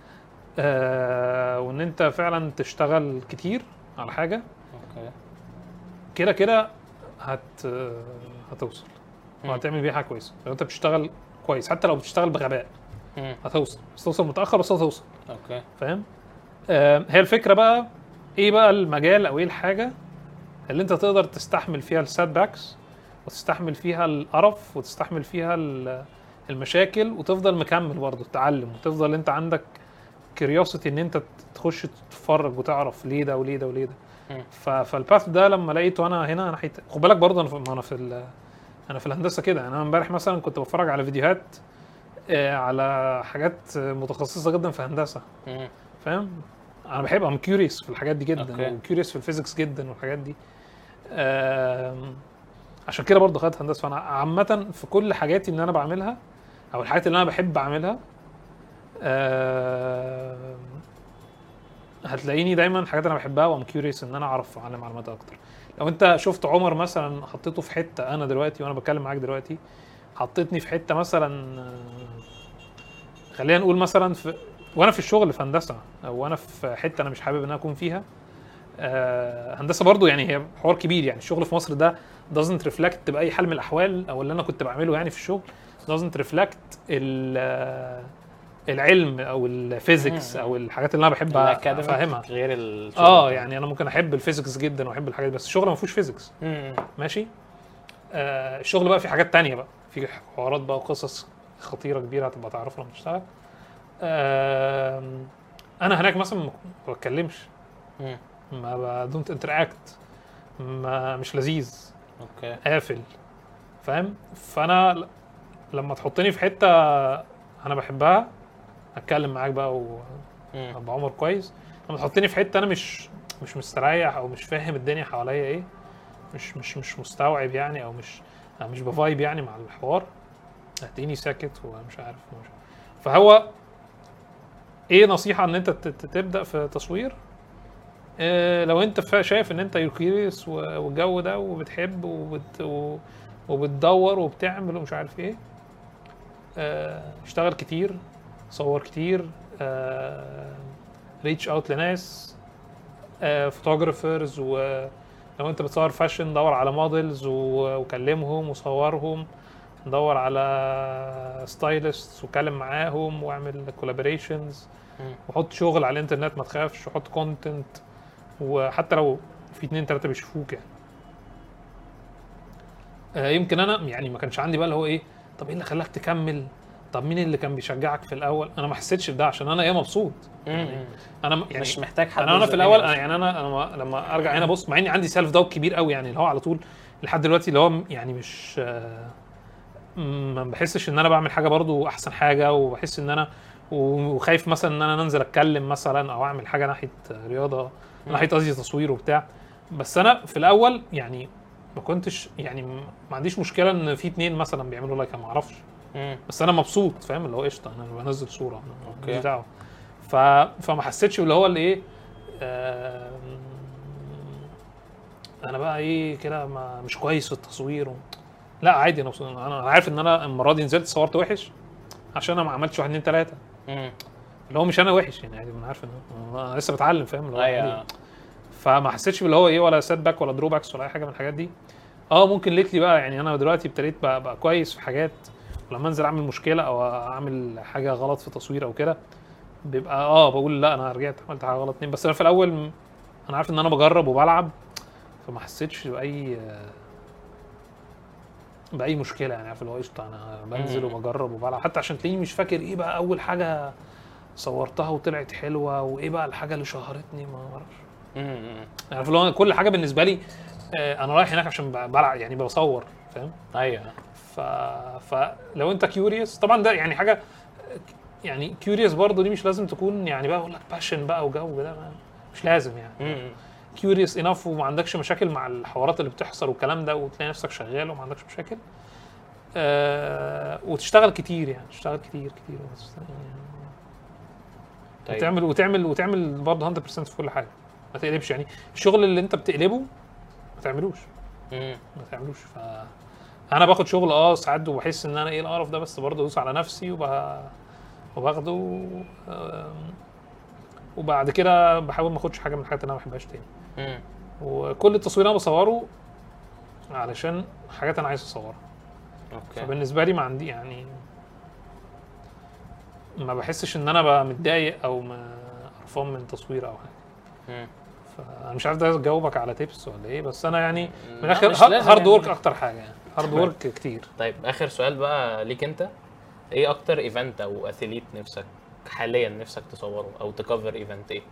آه وان انت فعلا تشتغل كتير على حاجه، اوكي كده كده هت هتوصل مم. وهتعمل بيها حاجه كويسه. لو انت بتشتغل كويس، حتى لو بتشتغل بغباء مم. هتوصل، بس توصل متاخر بس هتوصل. اوكي فاهم؟ آه هي الفكره بقى ايه بقى المجال او ايه الحاجه اللي انت تقدر تستحمل فيها السات باكس، وتستحمل فيها القرف، وتستحمل فيها ال- المشاكل، وتفضل مكمل برضه تتعلم، وتفضل انت عندك كيوريوسيتي ان انت تخش تتفرج وتعرف ليه ده وليه ده وليه ده. مم. ف- فالباث ده لما لقيته انا هنا ناحيه، خد بالك برضه انا في ما انا في ال- انا في الهندسه كده يعني. انا امبارح مثلا كنت بتفرج على فيديوهات آه، على حاجات متخصصه جدا في هندسه. مم. فاهم؟ انا بحب ام كيوريوس في الحاجات دي أوكي. جدا، وكيوريوس في الفيزيكس جدا والحاجات دي. آم، عشان كده برضه خدت هندسه. فانا عامه في كل حاجاتي اللي انا بعملها، او الحاجات اللي انا بحب اعملها، آم، هتلاقيني دايما الحاجات اللي انا بحبها وام كيوريوس ان انا اعرف عنها معلومات اكتر. لو انت شفت عمر مثلا حطيته في حته، انا دلوقتي وانا بتكلم معاك دلوقتي حطيتني في حته مثلا، آه، خلينا نقول مثلا في وانا في الشغل في هندسه، او انا في حته انا مش حابب ان انا اكون فيها. آه، هندسه برضو يعني هي حوار كبير يعني. الشغل في مصر ده doesn't reflect باي حال من الاحوال، او اللي انا كنت بعمله يعني في الشغل doesn't reflect ال- آه، العلم او الفيزيكس او الحاجات اللي انا بحب الاكاديميك افهمها. غير الشغل. اه يعني انا ممكن احب الفيزيكس جدا واحب الحاجات دي، بس الشغل ما فيهوش فيزيكس. مم. ماشي. آه الشغل بقى في حاجات تانية بقى، في حوارات بقى وقصص خطيره كبيره هتبقى تعرفها لما تشتغل. آه انا هناك مثلا ما ما بتكلمش، مم. ما دونت انتراكت، ما مش لذيذ، اوكي قافل. فاهم؟ فانا ل- لما تحطني في حته انا بحبها، اتكلم معاك بقى مم. وابقى عمر كويس. لما تحطني في حته انا مش مش مستريح، او مش فاهم الدنيا حواليا ايه، مش مش مش مستوعب يعني، او مش أو مش بفايب يعني مع الحوار، هتلاقيني ساكت ومش عارف ومش. فهو ايه نصيحه ان انت ت- ت- تبدا في تصوير؟ إيه لو انت فا- شايف ان انت يوكيريس والجو ده وبتحب وبت و- وبتدور وبتعمل ومش عارف ايه، آه، اشتغل كتير، صور كتير، ريتش اوت لناس فوتوجرافرز. ولو انت بتصور فاشن دور على موديلز وكلمهم وصورهم، دور على ستايلست وكلم معاهم واعمل كولابوريشنز، مم. وحط شغل على الانترنت، ما تخافش، وحط كونتنت، وحتى لو في اتنين تلاته بيشوفوك يعني. آه، يمكن انا يعني ما كانش عندي بقى اللي هو ايه، طب ايه اللي خلاك تكمل، طب مين اللي كان بيشجعك في الاول؟ انا ما حسيتش بده عشان انا ايه مبسوط. مم. انا م- يعني مش محتاج حد انا انا في يزقني الاول أصلاً. أنا يعني انا أنا لما ارجع هنا بص، مع اني عندي سيلف داوت كبير قوي يعني، اللي هو على طول لحد دلوقتي اللي هو م- يعني مش آه، م- ما بحسش ان انا بعمل حاجه برضو احسن حاجه، وبحس ان انا وخايف مثلا ان انا انزل اتكلم مثلا او اعمل حاجه ناحيه رياضه ناحيه قصدي تصوير وبتاع. بس انا في الاول يعني ما كنتش يعني ما عنديش مشكله ان في اتنين مثلا بيعملوا لايك ما اعرفش، مم. بس انا مبسوط فاهم اللي هو قشطه انا بنزل صوره أوكي. ماليش دعوه. ف... فما حسيتش اللي هو اللي ايه آه... انا بقى ايه كده ما- مش كويس في التصوير و... لا عادي انا مبسوط. انا عارف ان انا المره دي نزلت صورت وحش عشان انا ما عملتش واحد اتنين تلاته، مم. اللي هو مش انا وحش يعني عادي انا عارف ان انا لسه بتعلم فاهم اللي هو عادي. ايوه. فما حسيتش باللي هو ايه ولا سيت باك ولا درو باكس ولا اي حاجه من الحاجات دي. اه ممكن ليتلي بقى يعني انا دلوقتي ابتديت بقى, بقى كويس في حاجات، ولما انزل اعمل مشكله او اعمل حاجه غلط في تصوير او كده بيبقى اه بقول لا انا رجعت عملت حاجه غلط اتنين. بس انا في الاول م- انا عارف ان انا بجرب وبلعب فما حسيتش باي باي مشكله يعني عارف اللي هو قشطه انا بنزل مم. وبجرب وبلعب. حتى عشان تلاقيني مش فاكر ايه بقى اول حاجه صورتها وطلعت حلوه وايه بقى الحاجه اللي شهرتني ما اعرفش. مم. عارف اللي هو كل حاجه بالنسبه لي آه، انا رايح هناك عشان ب- بلعب يعني بصور فاهم. ايوه. ف... فلو انت كيوريوس طبعا ده يعني حاجه يعني كيوريوس برضه دي مش لازم تكون يعني بقى اقول لك باشن بقى وجو ده ما- مش لازم يعني مم. كيوريوس انف وما عندكش مشاكل مع الحوارات اللي بتحصل والكلام ده وتلاقي نفسك شغال وما عندكش مشاكل آه وتشتغل كتير يعني تشتغل كتير كتير بس يعني طيب. وتعمل وتعمل وتعمل برضه مية بالمية في كل حاجه ما تقلبش يعني الشغل اللي انت بتقلبه ما تعملوش مم. ما تعملوش. ف انا باخد شغل اه ساعات وبحس ان انا ايه القرف ده بس برضه ادوس على نفسي وب... وباخده آم، وبعد كده بحاول ما اخدش حاجه من الحاجات اللي انا ما بحبهاش تاني. مم. وكل التصوير اللي انا بصوره علشان حاجات انا عايز اصورها. اوكي. فبالنسبه لي ما عندي يعني ما بحسش ان انا بقى متضايق او ما قرفان من تصوير او حاجه. مم. فانا مش عارف ده اجاوبك على تيبس ولا ايه بس انا يعني من لا، الاخر مش لازم هارد يعني. ورك اكتر حاجه يعني هارد ورك كتير. طيب اخر سؤال بقى ليك انت، ايه اكتر ايفنت او اثليت نفسك حاليا نفسك تصوره او تكفر ايفنت ايه؟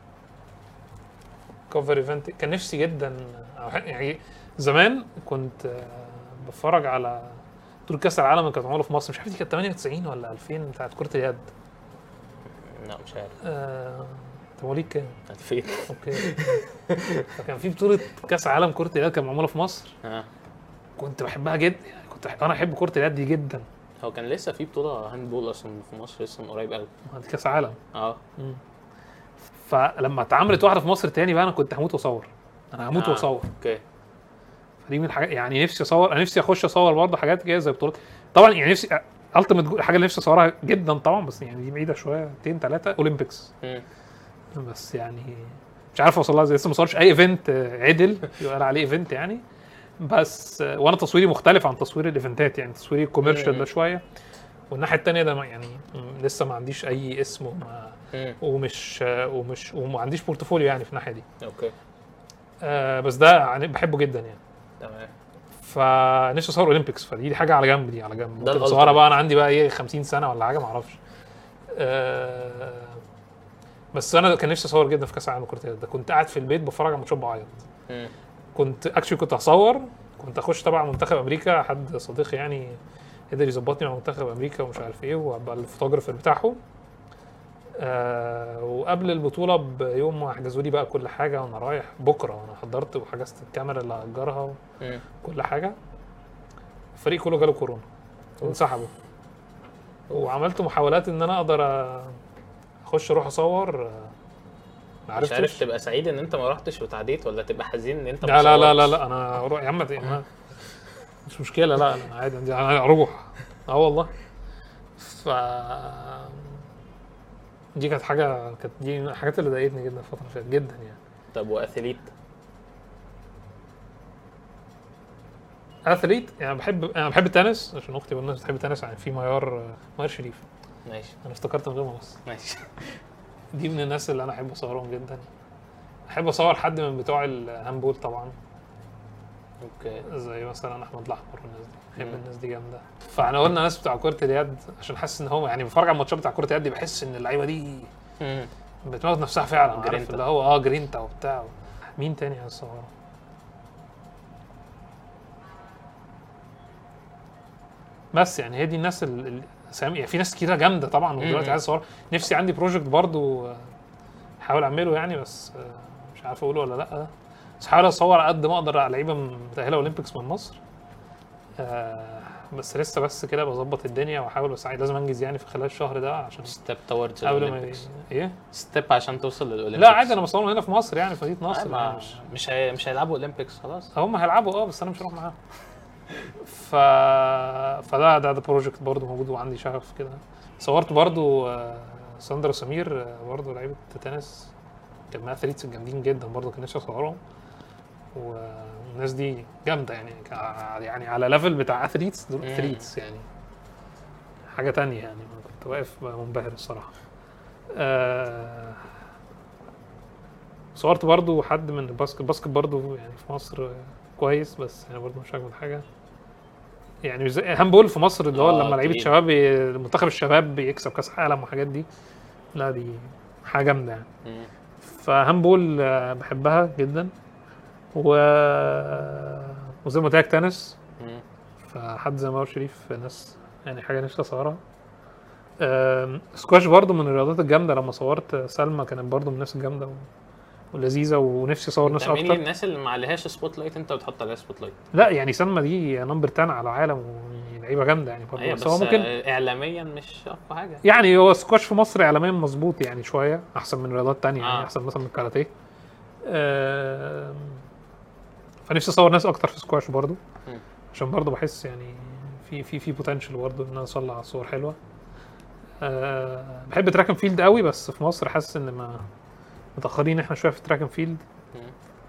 كوفر ايفنت كان نفسي جدا أو ح- يعني زمان كنت آه، بتفرج على بطولة كاس العالم اللي كانت معموله في مصر مش عارف دي كانت تمانية وتسعين ولا ألفين بتاعت كرة اليد. لا مش عارف. آه، انت مواليد كام؟ ألفين. اوكي. فكان في بطولة كاس عالم كرة اليد كانت معموله في مصر اه كنت بحبها جدا يعني كنت انا احب كرة اليد دي جدا. هو كان لسه في بطولة هاند بول اصلا في مصر لسه من قريب قوي. ما دي كاس عالم. اه فلما اتعملت واحده في مصر تاني بقى انا كنت هموت واصور انا هموت آه. واصور. اوكي. فدي من الحاجات يعني نفسي اصور انا نفسي اخش اصور برضه حاجات كده زي بطولات طبعا يعني نفسي التيمت حاجه اللي نفسي اصورها جدا طبعا بس يعني دي بعيده شويه اتنين تلاته اولمبيكس. مم. بس يعني مش عارف اوصل لها ازاي لسه ما صورش اي ايفنت عدل يقال عليه ايفنت يعني. بس وانا تصويري مختلف عن تصوير الايفنتات يعني تصويري كوميرشال ده شويه والناحيه الثانيه ده ما- يعني م- لسه ما عنديش اي اسم وما مم. ومش ومش وما عنديش بورتفوليو يعني في الناحيه دي. اوكي آه بس ده يعني بحبه جدا يعني. تمام. فنفسي اصور اولمبيكس فدي دي حاجه على جنب دي على جنب ده ممكن الألتيميت. اصورها بقى انا عندي بقى ايه خمسين سنه ولا حاجه ما اعرفش. آه بس انا كان نفسي اصور جدا في كاس العالم لكره اليد ده كنت قاعد في البيت بتفرج على ماتشات بعيط. مم. كنت اكشلي كنت هصور كنت اخش تبع منتخب امريكا حد صديقي يعني قدر يظبطني مع منتخب امريكا ومش عارف ايه وابقى الفوتوغرافر بتاعهم. آه وقبل البطوله بيوم حجزوا لي بقى كل حاجه وانا رايح بكره وانا حضرت وحجزت الكاميرا اللي هاجرها مم. وكل حاجه. الفريق كله جاله كورونا وانسحبوا وعملت محاولات ان انا اقدر اخش اروح اصور آه، ما مش عارف عرفتش. تبقى سعيد ان انت ما رحتش وتعديت ولا تبقى حزين ان انت ما لا لا لا لا صورتش؟ لا انا اروح يا عم أنا مش مشكله لا انا عادي عندي- انا اروح اه والله. ف دي كانت حاجه كانت دي من الحاجات اللي ضايقتني جدا الفتره اللي فاتت جدا يعني. طب واثليت؟ اثليت يعني بحب انا بحب التنس عشان اختي والناس بتحب التنس يعني في ميار ميار شريف. ماشي انا افتكرت من غير ما ابص ماشي. دي من الناس اللي انا احب اصورهم جدا. احب اصور حد من بتوع الهاندبول طبعا اوكي. زي مثلا احمد الاحمر والناس دي بحب مم. الناس دي جامده. فاحنا قلنا ناس بتوع كره اليد عشان حاسس ان هم يعني بتفرج على الماتشات بتاع كره اليد دي بحس ان اللعيبه دي مم. بتموت نفسها فعلا عارف جرينتا. اللي هو اه جرينتا وبتاع. مين تاني عايز اصوره؟ بس يعني هي دي الناس ال- ال- سامي يعني في ناس كتيره جامده طبعا ودلوقتي مم. عايز اصور. نفسي عندي بروجكت برضو آه، احاول اعمله يعني، بس آه، مش عارف اقوله ولا لا. بس احاول اصور على قد ما اقدر على لعيبه متاهله اولمبيكس من مصر. آه، بس لسه بس كده بظبط الدنيا واحاول، بس عايز- لازم انجز يعني في خلال الشهر ده عشان ستيب توردز قبل ما الاولمبيكس، ايه. ستيب عشان توصل للاولمبيكس. لا عادي انا بصور هنا في مصر يعني في مدينه آه، نصر يعني ما- مش مش هي... مش هيلعبوا اولمبيكس خلاص. هم هيلعبوا اه بس انا مش هروح معاهم. ف فده ده ده بروجكت برضه موجود وعندي شغف كده. صورت برضه آه، ساندرا سمير آه، برضه لعيبه تنس، كان معاها اثليتس جامدين جدا برضه، كان نفسي اصورهم. والناس دي جامده يعني كا- يعني على ليفل بتاع اثليتس، دول مم. اثليتس يعني حاجه تانية يعني. أنا كنت واقف منبهر الصراحه. آه، صورت برضو حد من الباسكت باسكت برضو يعني في مصر كويس، بس يعني برضو مش اجمد حاجه يعني. مش زي هاندبول في مصر اللي هو آه، لما لعيبه تقيل. شباب ي- منتخب الشباب بيكسب كاس عالم وحاجات دي، لا دي حاجه جامده يعني. مم. فهاندبول آه، بحبها جدا. و وزي ما قلت لك تنس، مم. فحد زي مروان شريف ناس يعني حاجه نفسي اصورها. آم، سكواش برضو من الرياضات الجامده، لما صورت سلمى كانت برضو من الناس الجامده و- ولذيذه، ونفسي اصور ناس انت مين اكتر. الناس اللي ما عليهاش سبوت لايت انت بتحط عليها سبوت لايت؟ لا يعني سلمى دي نمبر عشرة على العالم ولعيبه جامده يعني برضه. ايوه بس بس هو ممكن آه، اعلاميا مش اقوى حاجه. يعني هو سكواش في مصر اعلاميا مظبوط يعني شويه احسن من رياضات تانية يعني آه. احسن مثلا من الكاراتيه. آم، فنفسي اصور ناس اكتر في سكواش برضه، مم. عشان برضه بحس يعني في في في بوتنشال برضه ان انا اطلع صور حلوه. أه بحب تراك اند فيلد قوي، بس في مصر حاسس ان ما متاخرين احنا شويه في تراك اند فيلد. مم.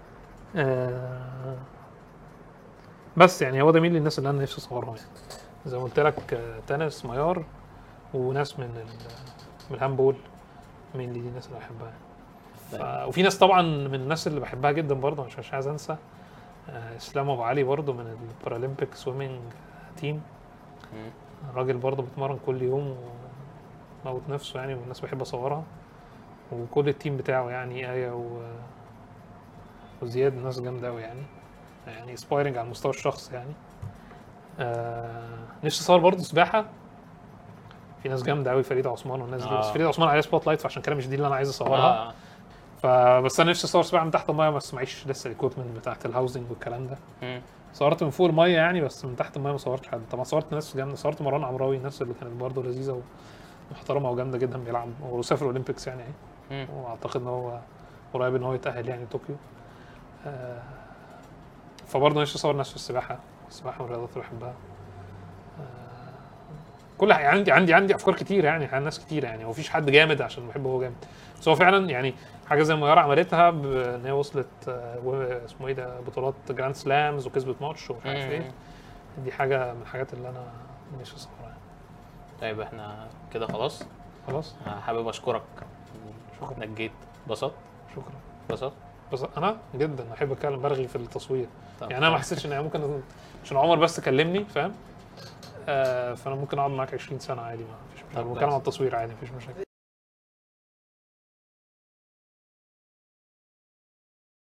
أه بس يعني هو ده مين للناس اللي انا نفسي اصورهم يعني. زي ما قلت لك آه، تنس ميار، وناس من ال- من الهاندبول، مين اللي دي الناس اللي بحبها يعني. ف... وفي ناس طبعا من الناس اللي بحبها جدا برضه مش مش عايز انسى آه، اسلام ابو علي برضه من البارالمبيك سويمنج تيم. مم. الراجل برضه بيتمرن كل يوم وموت نفسه يعني، والناس بحب اصورها. وكل التيم بتاعه يعني آية و... وزياد ناس جامدة أوي يعني، يعني سبايرنج على المستوى الشخصي يعني. آه... نفسي اصور برضه سباحة، في ناس جامدة أوي فريدة عثمان والناس دي. بس آه. فريدة عثمان عليها سبوت لايت، فعشان كده مش دي اللي أنا عايز أصورها. آه. فبس انا نفسي اصور سباحه من تحت المايه، بس معيش لسه الايكويبمنت بتاعت الهاوزنج والكلام ده. مم. صورت من فوق المايه يعني، بس من تحت المايه ما صورتش حد. طبعا صورت ناس جامده، صورت مروان عمراوي، الناس اللي كانت برضه لذيذه ومحترمه وجامده جدا، بيلعب وسافر الاولمبيكس يعني اهي. مم. واعتقد ان هو قريب ان هو يتاهل يعني طوكيو. آه فبرضه نفسي اصور ناس في السباحه، السباحه من الرياضات اللي بحبها. آه كل حاجة عندي عندي عندي افكار كتير يعني، عن ناس كتير يعني. ومفيش حد جامد عشان بحبه هو جامد، بس هو فعلا يعني حاجه زي ما يارا عملتها ب- ان هي وصلت آه، و- اسمه ايه ده بطولات جراند سلامز وكسبت ماتش ومش عارف ايه. مم. دي حاجه من الحاجات اللي انا نفسي اصورها يعني. طيب احنا كده خلاص. خلاص أنا حابب اشكرك شكرا. انك جيت. بسط شكرا. بسط بس انا جدا احب اتكلم، برغي في التصوير طب يعني. انا ما حسيتش ان أنا ممكن عشان عمر بس كلمني فاهم. آه فانا ممكن اقعد معاك عشرين سنه عادي، ما فيش طب مشكله، بتكلم كويس. عن التصوير عادي، ما فيش مشاكل.